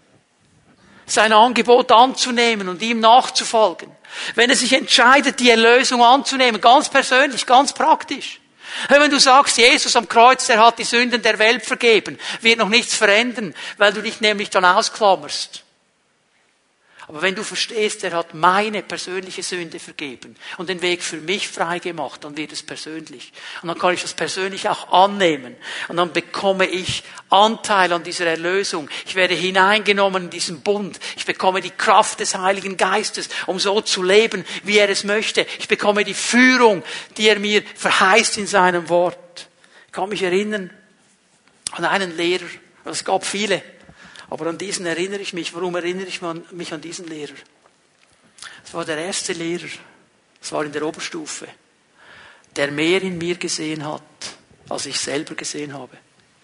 sein Angebot anzunehmen und ihm nachzufolgen. Wenn er sich entscheidet, die Erlösung anzunehmen, ganz persönlich, ganz praktisch. Wenn du sagst, Jesus am Kreuz, der hat die Sünden der Welt vergeben, wird noch nichts verändern, weil du dich nämlich dann ausklammerst. Aber wenn du verstehst, er hat meine persönliche Sünde vergeben und den Weg für mich frei gemacht, dann wird es persönlich. Und dann kann ich das persönlich auch annehmen. Und dann bekomme ich Anteil an dieser Erlösung. Ich werde hineingenommen in diesen Bund. Ich bekomme die Kraft des Heiligen Geistes, um so zu leben, wie er es möchte. Ich bekomme die Führung, die er mir verheißt in seinem Wort. Ich kann mich erinnern an einen Lehrer. Es gab viele. Aber an diesen erinnere ich mich. Warum erinnere ich mich an diesen Lehrer? Es war der erste Lehrer, es war in der Oberstufe, der mehr in mir gesehen hat, als ich selber gesehen habe.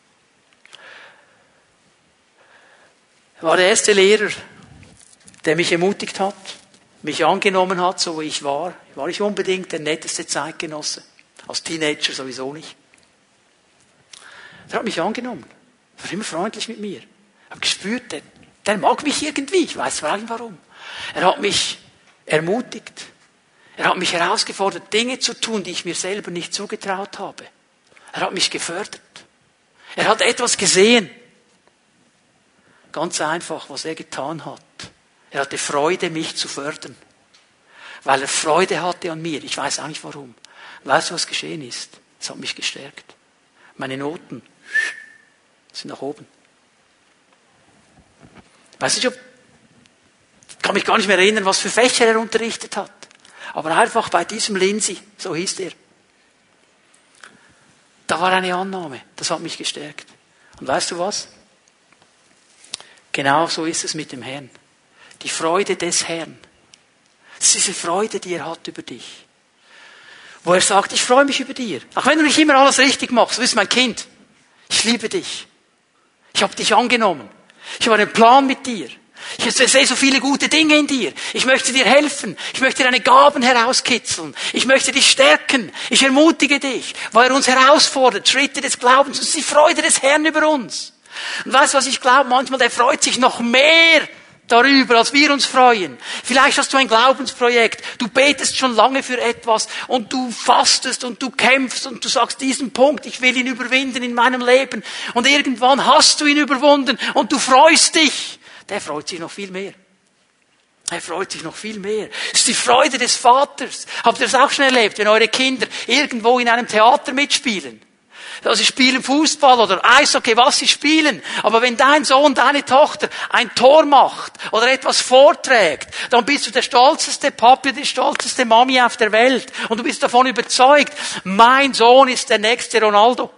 Er war der erste Lehrer, der mich ermutigt hat, mich angenommen hat, so wie ich war. Ich war nicht unbedingt der netteste Zeitgenosse, als Teenager sowieso nicht. Er hat mich angenommen, er war immer freundlich mit mir. Ich habe gespürt, der, der mag mich irgendwie. Ich weiß gar nicht warum. Er hat mich ermutigt. Er hat mich herausgefordert, Dinge zu tun, die ich mir selber nicht zugetraut habe. Er hat mich gefördert. Er hat etwas gesehen. Ganz einfach, was er getan hat. Er hatte Freude, mich zu fördern. weil er Freude hatte an mir. Ich weiß auch nicht warum. Weißt du, was geschehen ist? Es hat mich gestärkt. Meine Noten sind nach oben. Weiß ich, ob, ich kann mich gar nicht mehr erinnern, was für Fächer er unterrichtet hat. Aber einfach bei diesem Lindsay, so hieß er. Da war eine Annahme. Das hat mich gestärkt. Und weißt du was? Genau so ist es mit dem Herrn. Die Freude des Herrn. Das ist diese Freude, die er hat über dich. Wo er sagt, ich freue mich über dir. Auch wenn du nicht immer alles richtig machst. Du bist mein Kind. Ich liebe dich. Ich habe dich angenommen. Ich habe einen Plan mit dir. Ich sehe so viele gute Dinge in dir. Ich möchte dir helfen. Ich möchte deine Gaben herauskitzeln. Ich möchte dich stärken. Ich ermutige dich, weil er uns herausfordert. Schritte des Glaubens. Das ist die Freude des Herrn über uns. Und weißt du, was ich glaube? Manchmal, der freut sich noch mehr darüber, als wir uns freuen. Vielleicht hast du ein Glaubensprojekt. Du betest schon lange für etwas und du fastest und du kämpfst und du sagst, diesen Punkt, ich will ihn überwinden in meinem Leben. Und irgendwann hast du ihn überwunden und du freust dich. Der freut sich noch viel mehr. Er freut sich noch viel mehr. Es ist die Freude des Vaters. Habt ihr das auch schon erlebt, wenn eure Kinder irgendwo in einem Theater mitspielen? Also sie spielen Fußball oder Eishockey, was sie spielen. Aber wenn dein Sohn, deine Tochter ein Tor macht oder etwas vorträgt, dann bist du der stolzeste Papi, die stolzeste Mami auf der Welt. Und du bist davon überzeugt, mein Sohn ist der nächste Ronaldo.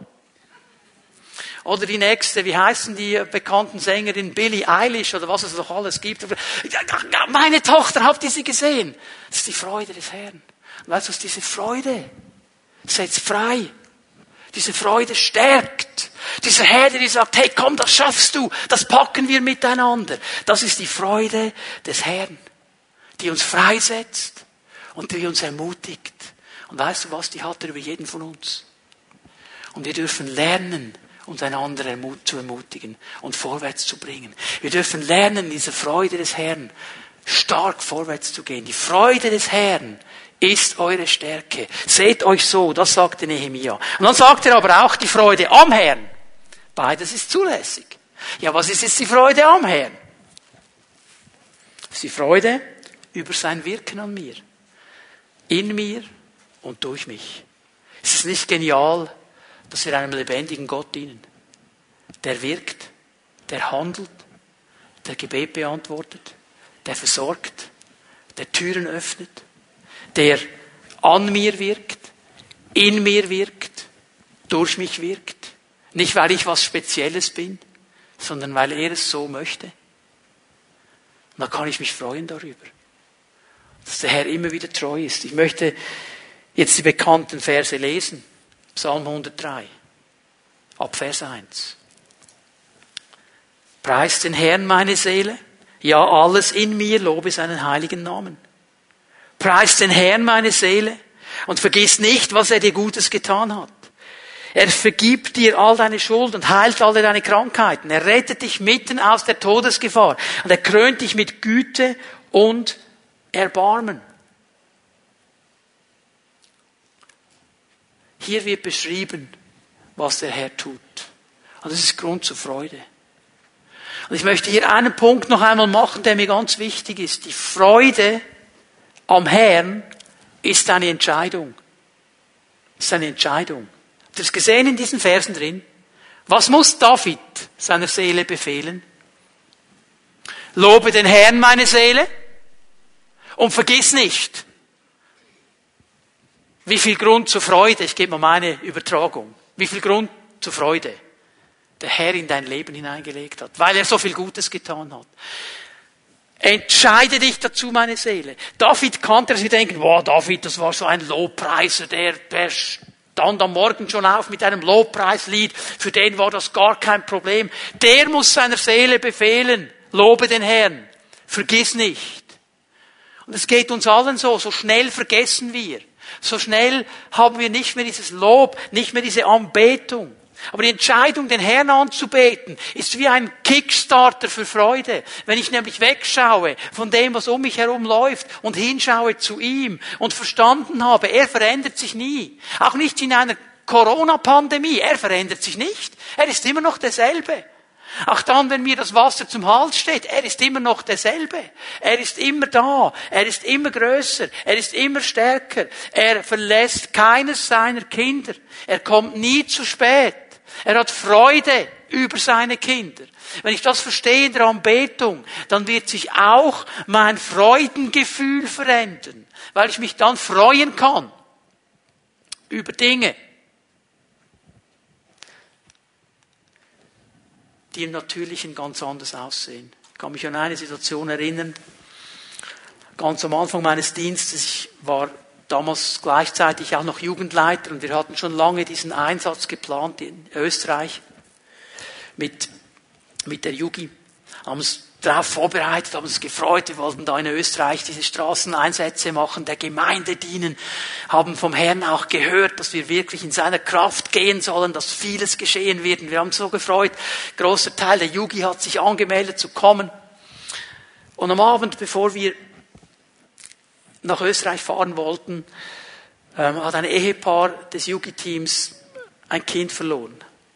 Oder die nächste, wie heißen die bekannten Sängerin, Billie Eilish oder was es noch alles gibt. Meine Tochter, habt ihr sie gesehen? Das ist die Freude des Herrn. Und weißt du was, diese Freude setzt frei. Diese Freude stärkt. Dieser Herr, der sagt, hey komm, das schaffst du. Das packen wir miteinander. Das ist die Freude des Herrn, die uns freisetzt und die uns ermutigt. Und weißt du was, die hat er über jeden von uns. Und wir dürfen lernen, uns einander zu ermutigen und vorwärts zu bringen. Wir dürfen lernen, in dieser Freude des Herrn stark vorwärts zu gehen. Die Freude des Herrn ist eure Stärke. Seht euch so, das sagte Nehemia. Und dann sagt er aber auch die Freude am Herrn. Beides ist zulässig. Ja, was ist jetzt die Freude am Herrn? Das ist die Freude über sein Wirken an mir. In mir und durch mich. Ist es nicht genial, dass wir einem lebendigen Gott dienen? Der wirkt, der handelt, der Gebet beantwortet, der versorgt, der Türen öffnet, der an mir wirkt, in mir wirkt, durch mich wirkt. Nicht, weil ich was Spezielles bin, sondern weil er es so möchte. Und da kann ich mich freuen darüber, dass der Herr immer wieder treu ist. Ich möchte jetzt die bekannten Verse lesen. Psalm hundertdrei, ab Vers eins. Preist den Herrn, meine Seele, ja, alles in mir, lobe seinen heiligen Namen. Preist den Herrn, meine Seele, und vergiss nicht, was er dir Gutes getan hat. Er vergibt dir all deine Schuld und heilt alle deine Krankheiten. Er rettet dich mitten aus der Todesgefahr und er krönt dich mit Güte und Erbarmen. Hier wird beschrieben, was der Herr tut. Und das ist Grund zur Freude. Und ich möchte hier einen Punkt noch einmal machen, der mir ganz wichtig ist. Die Freude am Herrn ist eine Entscheidung. Ist eine Entscheidung. Habt ihr es gesehen in diesen Versen drin? Was muss David seiner Seele befehlen? Lobe den Herrn, meine Seele, und vergiss nicht, wie viel Grund zur Freude, ich gebe mal meine Übertragung, wie viel Grund zur Freude der Herr in dein Leben hineingelegt hat, weil er so viel Gutes getan hat. Entscheide dich dazu, meine Seele. David kannte das, wir denken, wow, David, das war so ein Lobpreiser, der, der stand am Morgen schon auf mit einem Lobpreislied, für den war das gar kein Problem. Der muss seiner Seele befehlen, lobe den Herrn, vergiss nicht. Und es geht uns allen so, so schnell vergessen wir. So schnell haben wir nicht mehr dieses Lob, nicht mehr diese Anbetung. Aber die Entscheidung, den Herrn anzubeten, ist wie ein Kickstarter für Freude. Wenn ich nämlich wegschaue von dem, was um mich herum läuft und hinschaue zu ihm und verstanden habe, er verändert sich nie. Auch nicht in einer Corona-Pandemie. Er verändert sich nicht. Er ist immer noch derselbe. Auch dann, wenn mir das Wasser zum Hals steht, er ist immer noch derselbe. Er ist immer da. Er ist immer größer. Er ist immer stärker. Er verlässt keines seiner Kinder. Er kommt nie zu spät. Er hat Freude über seine Kinder. Wenn ich das verstehe in der Anbetung, dann wird sich auch mein Freudengefühl verändern, weil ich mich dann freuen kann über Dinge, die im Natürlichen ganz anders aussehen. Ich kann mich an eine Situation erinnern, ganz am Anfang meines Dienstes, ich war damals gleichzeitig auch noch Jugendleiter und wir hatten schon lange diesen Einsatz geplant in Österreich mit, mit der Jugi, haben uns darauf vorbereitet, haben uns gefreut, wir wollten da in Österreich diese Straßeneinsätze machen, der Gemeinde dienen, haben vom Herrn auch gehört, dass wir wirklich in seiner Kraft gehen sollen, dass vieles geschehen wird. Und wir haben uns so gefreut, großer Teil der Jugi hat sich angemeldet zu kommen. Und am Abend, bevor wir nach Österreich fahren wollten, ähm, hat ein Ehepaar des Jugi-Teams ein Kind verloren.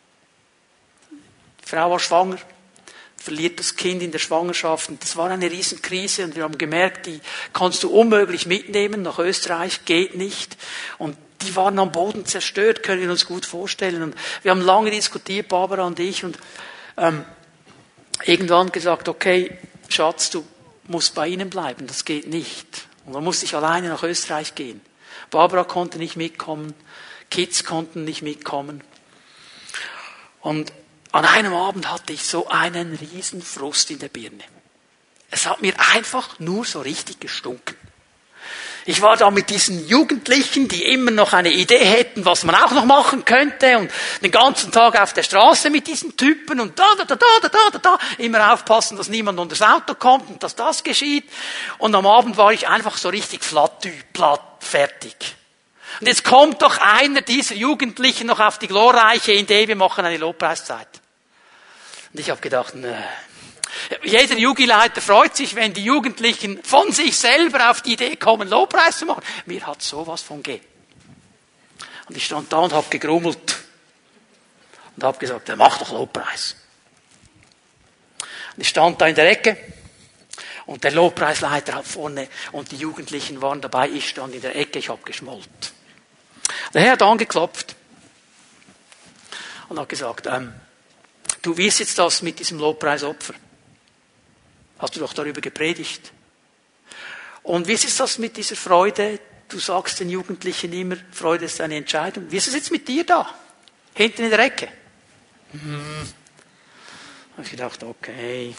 Die Frau war schwanger, verliert das Kind in der Schwangerschaft und das war eine Riesenkrise und wir haben gemerkt, die kannst du unmöglich mitnehmen nach Österreich, geht nicht und die waren am Boden zerstört, können wir uns gut vorstellen und wir haben lange diskutiert, Barbara und ich und ähm, irgendwann gesagt, okay, Schatz, du musst bei ihnen bleiben, das geht nicht und dann musste ich alleine nach Österreich gehen. Barbara konnte nicht mitkommen, Kids konnten nicht mitkommen und an einem Abend hatte ich so einen riesen Frust in der Birne. Es hat mir einfach nur so richtig gestunken. Ich war da mit diesen Jugendlichen, die immer noch eine Idee hätten, was man auch noch machen könnte und den ganzen Tag auf der Straße mit diesen Typen und da, da, da, da, da, da, da, immer aufpassen, dass niemand unter das Auto kommt und dass das geschieht. Und am Abend war ich einfach so richtig platt, platt, fertig. Und jetzt kommt doch einer dieser Jugendlichen noch auf die glorreiche Idee, wir machen eine Lobpreiszeit. Und ich habe gedacht, nö. Jeder Jugendleiter freut sich, wenn die Jugendlichen von sich selber auf die Idee kommen, Lobpreis zu machen. Mir hat sowas von G. Und ich stand da und habe gegrummelt. Und habe gesagt, ja, mach doch Lobpreis. Und ich stand da in der Ecke. Und der Lobpreisleiter hat vorne und die Jugendlichen waren dabei. Ich stand in der Ecke, ich habe geschmollt. Der Herr hat angeklopft. Und hat gesagt, ähm, du, wie ist jetzt das mit diesem Lobpreisopfer? Hast du doch darüber gepredigt. Und wie ist es das mit dieser Freude? Du sagst den Jugendlichen immer, Freude ist eine Entscheidung. Wie ist es jetzt mit dir da? Hinten in der Ecke. Hm. Habe ich gedacht, okay.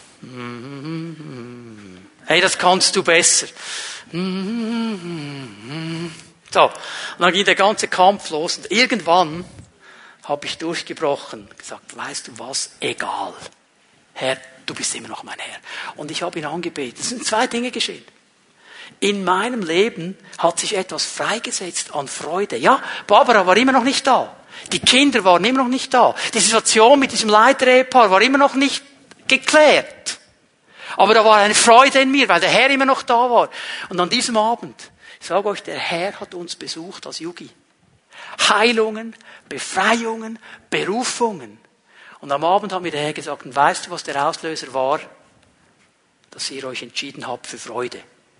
Hey, das kannst du besser. So. Und dann ging der ganze Kampf los und irgendwann habe ich durchgebrochen, gesagt, weißt du was, egal. Herr, du bist immer noch mein Herr. Und ich habe ihn angebetet. Es sind zwei Dinge geschehen. In meinem Leben hat sich etwas freigesetzt an Freude. Ja, Barbara war immer noch nicht da. Die Kinder waren immer noch nicht da. Die Situation mit diesem Leiter-Ehepaar war immer noch nicht geklärt. Aber da war eine Freude in mir, weil der Herr immer noch da war. Und an diesem Abend, ich sage euch, der Herr hat uns besucht als Jugi. Heilungen, Befreiungen, Berufungen. Und am Abend hat mir der Herr gesagt, und weißt du, was der Auslöser war? Dass ihr euch entschieden habt für Freude.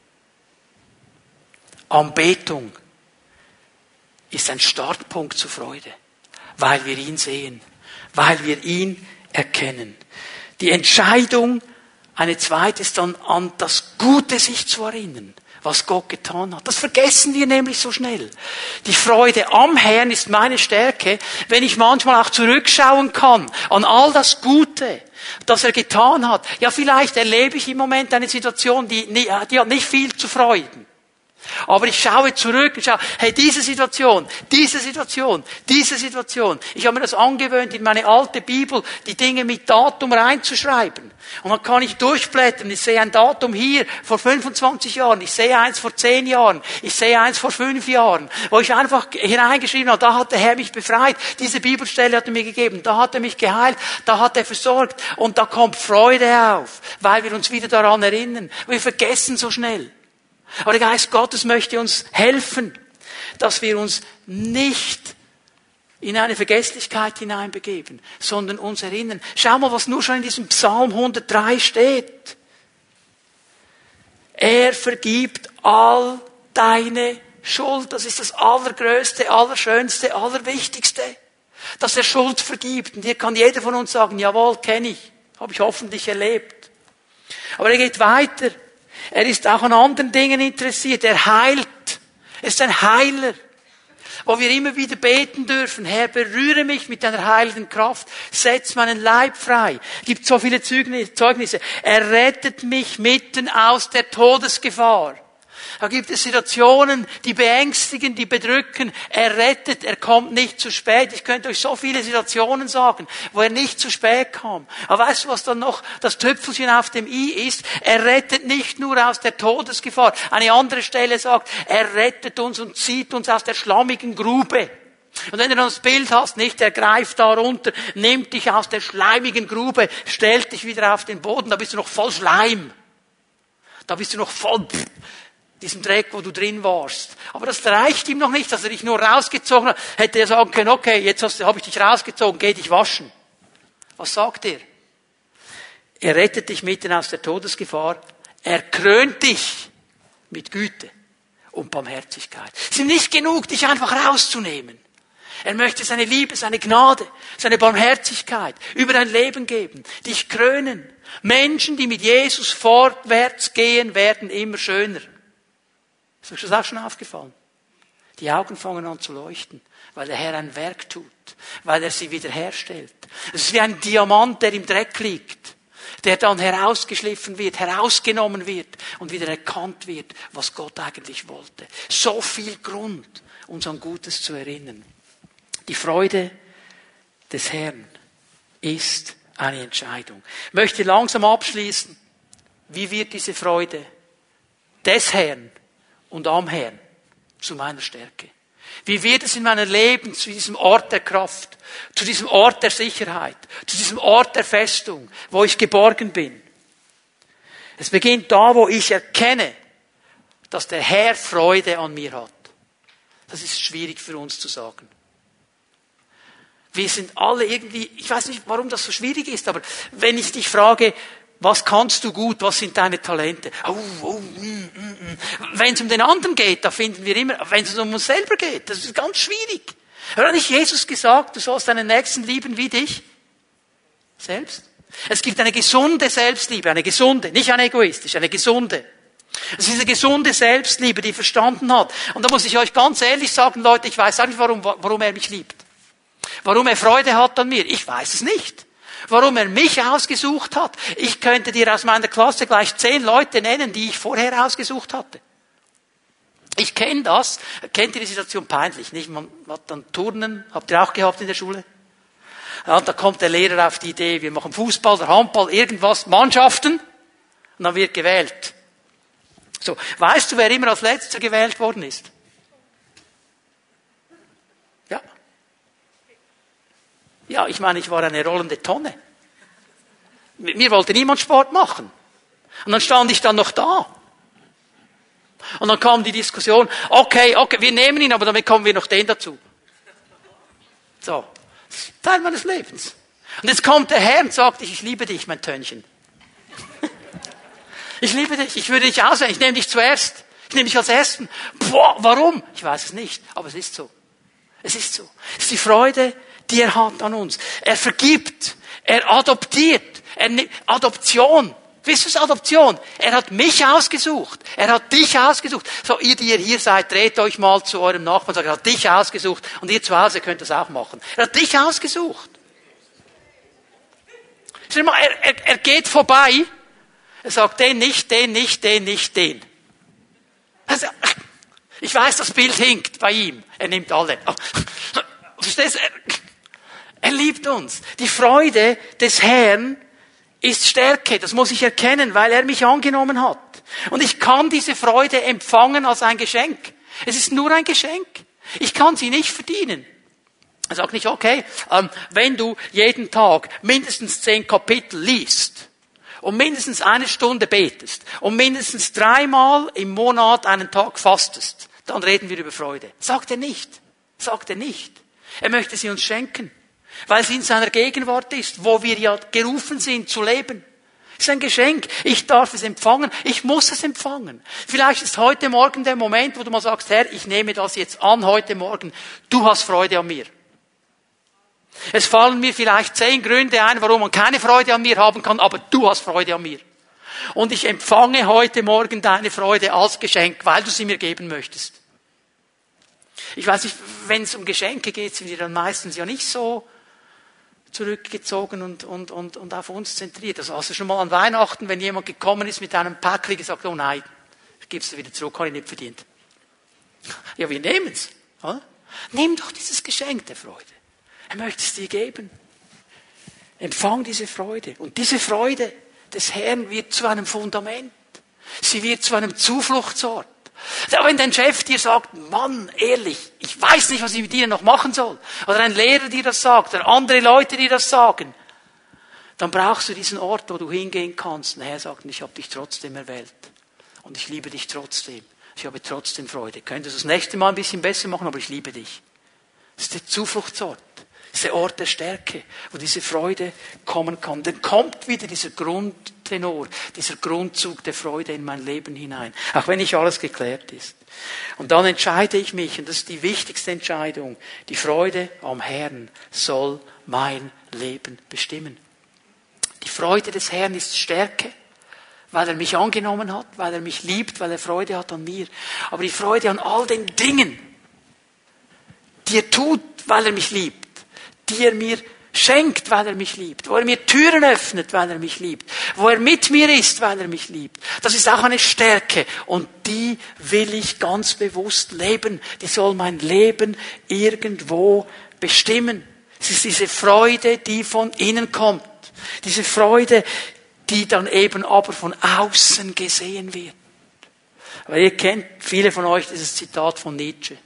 Anbetung ist ein Startpunkt zur Freude, weil wir ihn sehen, weil wir ihn erkennen. Die Entscheidung, eine zweite ist dann an das Gute sich zu erinnern, was Gott getan hat. Das vergessen wir nämlich so schnell. Die Freude am Herrn ist meine Stärke, wenn ich manchmal auch zurückschauen kann an all das Gute, das er getan hat. Ja, vielleicht erlebe ich im Moment eine Situation, die, die hat nicht viel zu freuen. Aber ich schaue zurück und schaue, hey, diese Situation, diese Situation, diese Situation. Ich habe mir das angewöhnt, in meine alte Bibel die Dinge mit Datum reinzuschreiben. Und dann kann ich durchblättern. Ich sehe ein Datum hier vor fünfundzwanzig Jahren. Ich sehe eins vor zehn Jahren. Ich sehe eins vor fünf Jahren. Wo ich einfach hineingeschrieben habe, da hat der Herr mich befreit. Diese Bibelstelle hat er mir gegeben. Da hat er mich geheilt. Da hat er versorgt. Und da kommt Freude auf, weil wir uns wieder daran erinnern. Wir vergessen so schnell. Aber der Geist Gottes möchte uns helfen, dass wir uns nicht in eine Vergesslichkeit hineinbegeben, sondern uns erinnern. Schau mal, was nur schon in diesem Psalm hundertdrei steht. Er vergibt all deine Schuld. Das ist das Allergrößte, Allerschönste, Allerwichtigste. Dass er Schuld vergibt. Und hier kann jeder von uns sagen, jawohl, kenne ich. Habe ich hoffentlich erlebt. Aber er geht weiter. Er ist auch an anderen Dingen interessiert. Er heilt. Er ist ein Heiler. Wo wir immer wieder beten dürfen, Herr, berühre mich mit deiner heilenden Kraft, setz meinen Leib frei. Es gibt so viele Zeugnisse. Er rettet mich mitten aus der Todesgefahr. Da gibt es Situationen, die beängstigen, die bedrücken. Er rettet, er kommt nicht zu spät. Ich könnte euch so viele Situationen sagen, wo er nicht zu spät kam. Aber weißt du, was dann noch das Tüpfelchen auf dem i ist? Er rettet nicht nur aus der Todesgefahr. Eine andere Stelle sagt, er rettet uns und zieht uns aus der schlammigen Grube. Und wenn du dann das Bild hast, nicht, er greift da runter, nimmt dich aus der schleimigen Grube, stellt dich wieder auf den Boden, da bist du noch voll Schleim. Da bist du noch voll diesem Dreck, wo du drin warst. Aber das reicht ihm noch nicht, dass er dich nur rausgezogen hat. Hätte er sagen können, okay, jetzt habe ich dich rausgezogen, geh dich waschen. Was sagt er? Er rettet dich mitten aus der Todesgefahr. Er krönt dich mit Güte und Barmherzigkeit. Es ist ihm nicht genug, dich einfach rauszunehmen. Er möchte seine Liebe, seine Gnade, seine Barmherzigkeit über dein Leben geben, dich krönen. Menschen, die mit Jesus vorwärts gehen, werden immer schöner. Ist euch das auch schon aufgefallen? Die Augen fangen an zu leuchten, weil der Herr ein Werk tut, weil er sie wiederherstellt. Es ist wie ein Diamant, der im Dreck liegt, der dann herausgeschliffen wird, herausgenommen wird und wieder erkannt wird, was Gott eigentlich wollte. So viel Grund, uns an Gutes zu erinnern. Die Freude des Herrn ist eine Entscheidung. Ich möchte langsam abschließen. Wie wird diese Freude des Herrn und am Herrn zu meiner Stärke? Wie wird es in meinem Leben zu diesem Ort der Kraft, zu diesem Ort der Sicherheit, zu diesem Ort der Festung, wo ich geborgen bin? Es beginnt da, wo ich erkenne, dass der Herr Freude an mir hat. Das ist schwierig für uns zu sagen. Wir sind alle irgendwie, ich weiß nicht, warum das so schwierig ist, aber wenn ich dich frage, was kannst du gut, was sind deine Talente? Oh, oh, mm, mm, mm. Wenn es um den anderen geht, da finden wir immer, wenn es um uns selber geht, das ist ganz schwierig. Hat nicht Jesus gesagt, du sollst deinen Nächsten lieben wie dich selbst? Es gibt eine gesunde Selbstliebe, eine gesunde, nicht eine egoistische, eine gesunde. Es ist eine gesunde Selbstliebe, die verstanden hat. Und da muss ich euch ganz ehrlich sagen, Leute, ich weiß auch nicht, warum, warum er mich liebt. Warum er Freude hat an mir, ich weiß es nicht. Warum er mich ausgesucht hat. Ich könnte dir aus meiner Klasse gleich zehn Leute nennen, die ich vorher ausgesucht hatte. Ich kenne das. Kennt ihr die Situation? Peinlich, nicht? Man hat dann Turnen, habt ihr auch gehabt in der Schule? Ja, und da kommt der Lehrer auf die Idee, wir machen Fußball oder Handball, irgendwas, Mannschaften, und dann wird gewählt. So, weißt du, wer immer als Letzter gewählt worden ist? Ja. Ja, ich meine, ich war eine rollende Tonne. Mit mir wollte niemand Sport machen. Und dann stand ich dann noch da. Und dann kam die Diskussion, okay, okay, wir nehmen ihn, aber damit kommen wir noch den dazu. So. Das ist Teil meines Lebens. Und jetzt kommt der Herr und sagt, ich liebe dich, mein Tönnchen. Ich liebe dich, ich würde dich auswählen, ich nehme dich zuerst. Ich nehme dich als Ersten. Boah, warum? Ich weiß es nicht, aber es ist so. Es ist so. Es ist die Freude, die er hat an uns. Er vergibt, er adoptiert, er nimmt Adoption. Wisst ihr, was Adoption? Er hat mich ausgesucht. Er hat dich ausgesucht. So, ihr, die ihr hier seid, dreht euch mal zu eurem Nachbarn und sagt, er hat dich ausgesucht. Und ihr zu Hause könnt das auch machen. Er hat dich ausgesucht. Er, er, er geht vorbei. Er sagt, den nicht, den nicht, den nicht, den. Also, ich weiß, das Bild hinkt bei ihm. Er nimmt alle. Verstehst du? Er, er liebt uns. Die Freude des Herrn ist Stärke, das muss ich erkennen, weil er mich angenommen hat. Und ich kann diese Freude empfangen als ein Geschenk. Es ist nur ein Geschenk. Ich kann sie nicht verdienen. Er sagt nicht, okay, ähm, wenn du jeden Tag mindestens zehn Kapitel liest und mindestens eine Stunde betest und mindestens dreimal im Monat einen Tag fastest, dann reden wir über Freude. Sagt er nicht. Sagt er nicht. Er möchte sie uns schenken, weil sie in seiner Gegenwart ist, wo wir ja gerufen sind zu leben. Es ist ein Geschenk. Ich darf es empfangen. Ich muss es empfangen. Vielleicht ist heute Morgen der Moment, wo du mal sagst, Herr, ich nehme das jetzt an heute Morgen. Du hast Freude an mir. Es fallen mir vielleicht zehn Gründe ein, warum man keine Freude an mir haben kann, aber du hast Freude an mir. Und ich empfange heute Morgen deine Freude als Geschenk, weil du sie mir geben möchtest. Ich weiß nicht, wenn es um Geschenke geht, sind wir dann meistens ja nicht so zurückgezogen und, und, und, und auf uns zentriert. Also hast du schon mal an Weihnachten, wenn jemand gekommen ist mit einem Päckchen, gesagt, oh nein, ich gebe es wieder zurück, habe ich nicht verdient. Ja, wir nehmen es. Oder? Nimm doch dieses Geschenk der Freude. Er möchte es dir geben. Empfang diese Freude. Und diese Freude des Herrn wird zu einem Fundament. Sie wird zu einem Zufluchtsort. Wenn dein Chef dir sagt, Mann, ehrlich, ich weiß nicht, was ich mit dir noch machen soll, oder ein Lehrer dir das sagt, oder andere Leute dir das sagen, dann brauchst du diesen Ort, wo du hingehen kannst. Und der Herr sagt, ich habe dich trotzdem erwählt. Und ich liebe dich trotzdem. Ich habe trotzdem Freude. Könntest du das nächste Mal ein bisschen besser machen, aber ich liebe dich. Das ist der Zufluchtsort. Das ist der Ort der Stärke, wo diese Freude kommen kann. Dann kommt wieder dieser Grundtenor, dieser Grundzug der Freude in mein Leben hinein. Auch wenn nicht alles geklärt ist. Und dann entscheide ich mich, und das ist die wichtigste Entscheidung, die Freude am Herrn soll mein Leben bestimmen. Die Freude des Herrn ist Stärke, weil er mich angenommen hat, weil er mich liebt, weil er Freude hat an mir. Aber die Freude an all den Dingen, die er tut, weil er mich liebt, die er mir schenkt, weil er mich liebt, wo er mir Türen öffnet, weil er mich liebt, wo er mit mir ist, weil er mich liebt. Das ist auch eine Stärke und die will ich ganz bewusst leben. Die soll mein Leben irgendwo bestimmen. Es ist diese Freude, die von innen kommt. Diese Freude, die dann eben aber von außen gesehen wird. Aber ihr kennt, viele von euch, dieses Zitat von Nietzsche.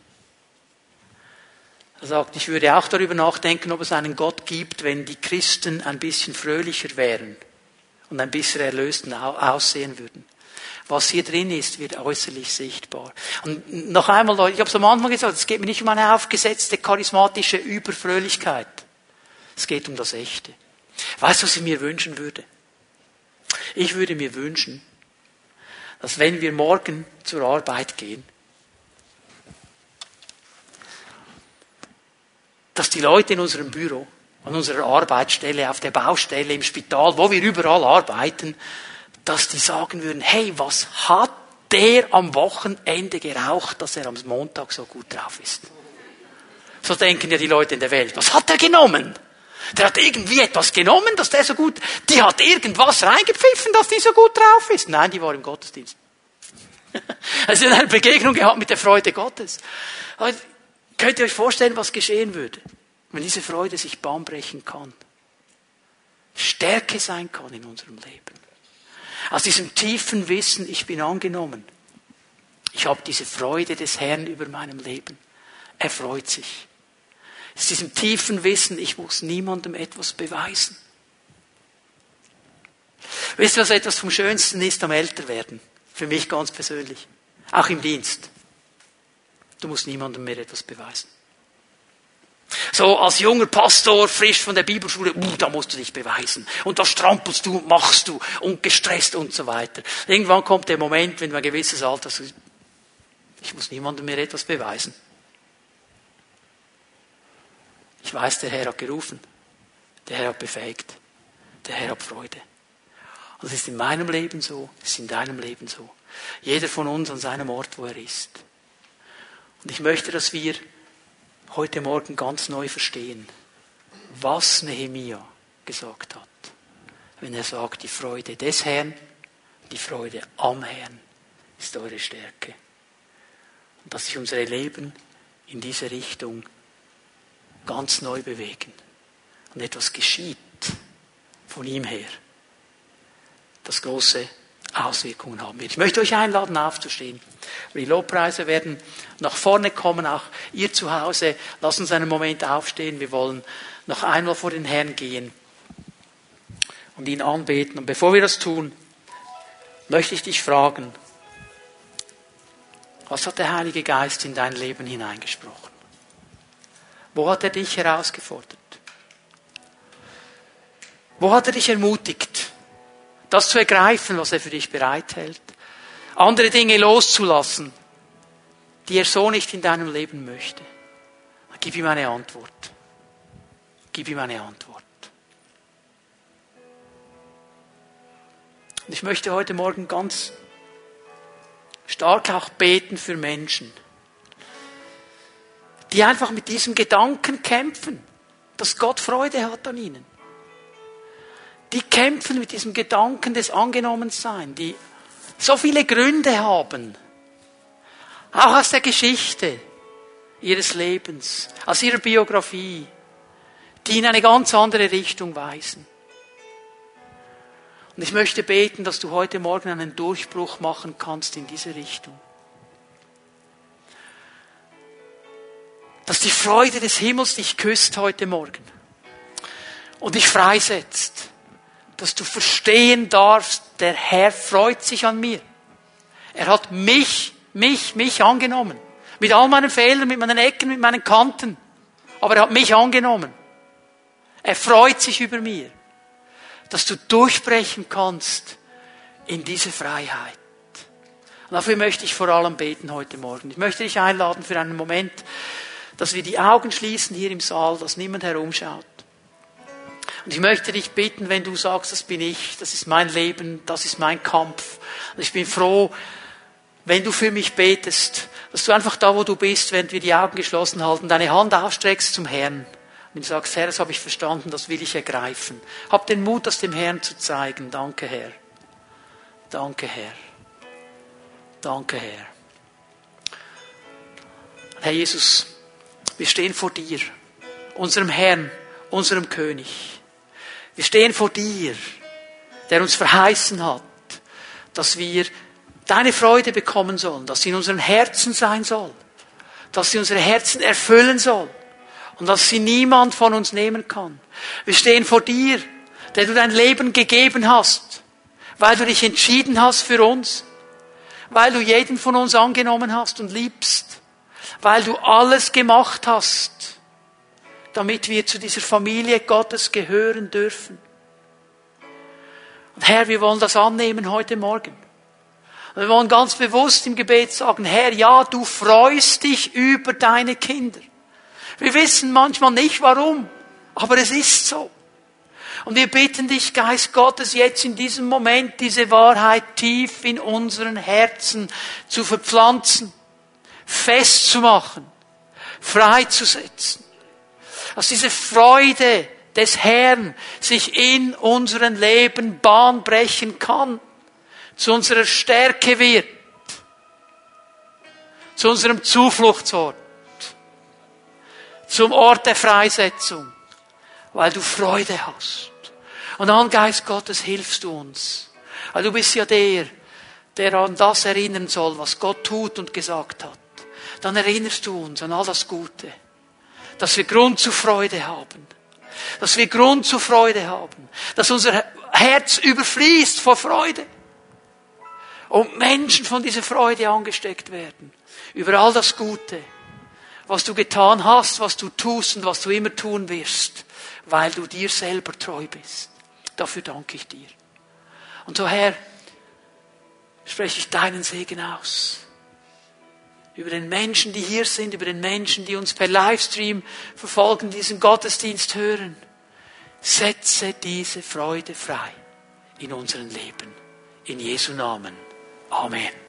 Er sagt, ich würde auch darüber nachdenken, ob es einen Gott gibt, wenn die Christen ein bisschen fröhlicher wären und ein bisschen erlöster aussehen würden. Was hier drin ist, wird äußerlich sichtbar. Und noch einmal, Leute, ich habe es am Anfang gesagt, es geht mir nicht um eine aufgesetzte, charismatische Überfröhlichkeit. Es geht um das Echte. Weißt du, was ich mir wünschen würde? Ich würde mir wünschen, dass wenn wir morgen zur Arbeit gehen, dass die Leute in unserem Büro, an unserer Arbeitsstelle, auf der Baustelle, im Spital, wo wir überall arbeiten, dass die sagen würden, hey, was hat der am Wochenende geraucht, dass er am Montag so gut drauf ist? So denken ja die Leute in der Welt. Was hat er genommen? Der hat irgendwie etwas genommen, dass der so gut, die hat irgendwas reingepfiffen, dass die so gut drauf ist. Nein, die war im Gottesdienst. Also sie hat eine Begegnung gehabt mit der Freude Gottes. Aber könnt ihr euch vorstellen, was geschehen würde, wenn diese Freude sich Bahn brechen kann? Stärke sein kann in unserem Leben. Aus diesem tiefen Wissen, ich bin angenommen. Ich habe diese Freude des Herrn über meinem Leben. Er freut sich. Aus diesem tiefen Wissen, ich muss niemandem etwas beweisen. Wisst ihr, was etwas vom Schönsten ist am Älterwerden? Für mich ganz persönlich. Auch im Dienst. Du musst niemandem mehr etwas beweisen. So als junger Pastor, frisch von der Bibelschule, uh, da musst du dich beweisen. Und da strampelst du und machst du und gestresst und so weiter. Irgendwann kommt der Moment, wenn du ein gewisses Alter hast, ich muss niemandem mehr etwas beweisen. Ich weiß, der Herr hat gerufen. Der Herr hat befähigt. Der Herr hat Freude. Und es ist in meinem Leben so, es ist in deinem Leben so. Jeder von uns an seinem Ort, wo er ist. Und ich möchte, dass wir heute Morgen ganz neu verstehen, was Nehemia gesagt hat. Wenn er sagt, die Freude des Herrn, die Freude am Herrn ist eure Stärke. Und dass sich unsere Leben in diese Richtung ganz neu bewegen. Und etwas geschieht von ihm her, das große Auswirkungen haben wird. Ich möchte euch einladen, aufzustehen. Die Lobpreise werden nach vorne kommen, auch ihr zu Hause. Lasst uns einen Moment aufstehen. Wir wollen noch einmal vor den Herrn gehen und ihn anbeten. Und bevor wir das tun, möchte ich dich fragen, was hat der Heilige Geist in dein Leben hineingesprochen? Wo hat er dich herausgefordert? Wo hat er dich ermutigt, das zu ergreifen, was er für dich bereithält? Andere Dinge loszulassen, die er so nicht in deinem Leben möchte. Gib ihm eine Antwort. Gib ihm eine Antwort. Und ich möchte heute Morgen ganz stark auch beten für Menschen, die einfach mit diesem Gedanken kämpfen, dass Gott Freude hat an ihnen. Die kämpfen mit diesem Gedanken des Angenommenseins, die so viele Gründe haben, auch aus der Geschichte ihres Lebens, aus ihrer Biografie, die in eine ganz andere Richtung weisen. Und ich möchte beten, dass du heute Morgen einen Durchbruch machen kannst in diese Richtung. Dass die Freude des Himmels dich küsst heute Morgen und dich freisetzt. Dass du verstehen darfst, der Herr freut sich an mir. Er hat mich, mich, mich angenommen. Mit all meinen Fehlern, mit meinen Ecken, mit meinen Kanten. Aber er hat mich angenommen. Er freut sich über mir. Dass du durchbrechen kannst in diese Freiheit. Und dafür möchte ich vor allem beten heute Morgen. Ich möchte dich einladen für einen Moment, dass wir die Augen schließen hier im Saal, dass niemand herumschaut. Und ich möchte dich bitten, wenn du sagst, das bin ich, das ist mein Leben, das ist mein Kampf. Und ich bin froh, wenn du für mich betest, dass du einfach da, wo du bist, während wir die Augen geschlossen halten, deine Hand ausstreckst zum Herrn. Und du sagst, Herr, das habe ich verstanden, das will ich ergreifen. Hab den Mut, das dem Herrn zu zeigen. Danke, Herr. Danke, Herr. Danke, Herr. Herr Jesus, wir stehen vor dir, unserem Herrn, unserem König. Wir stehen vor dir, der uns verheißen hat, dass wir deine Freude bekommen sollen, dass sie in unseren Herzen sein soll, dass sie unsere Herzen erfüllen soll und dass sie niemand von uns nehmen kann. Wir stehen vor dir, der du dein Leben gegeben hast, weil du dich entschieden hast für uns, weil du jeden von uns angenommen hast und liebst, weil du alles gemacht hast, damit wir zu dieser Familie Gottes gehören dürfen. Und Herr, wir wollen das annehmen heute Morgen. Und wir wollen ganz bewusst im Gebet sagen, Herr, ja, du freust dich über deine Kinder. Wir wissen manchmal nicht warum, aber es ist so. Und wir bitten dich, Geist Gottes, jetzt in diesem Moment diese Wahrheit tief in unseren Herzen zu verpflanzen, festzumachen, freizusetzen. Dass diese Freude des Herrn sich in unserem Leben Bahn brechen kann, zu unserer Stärke wird, zu unserem Zufluchtsort, zum Ort der Freisetzung, weil du Freude hast. Und dann, Geist Gottes, hilfst du uns. Weil du bist ja der, der an das erinnern soll, was Gott tut und gesagt hat. Dann erinnerst du uns an all das Gute. Dass wir Grund zur Freude haben. Dass wir Grund zur Freude haben. Dass unser Herz überfließt vor Freude. Und Menschen von dieser Freude angesteckt werden. Über all das Gute, was du getan hast, was du tust und was du immer tun wirst. Weil du dir selber treu bist. Dafür danke ich dir. Und so, Herr, spreche ich deinen Segen aus. Über den Menschen, die hier sind, über den Menschen, die uns per Livestream verfolgen, diesen Gottesdienst hören. Setze diese Freude frei in unserem Leben. In Jesu Namen. Amen.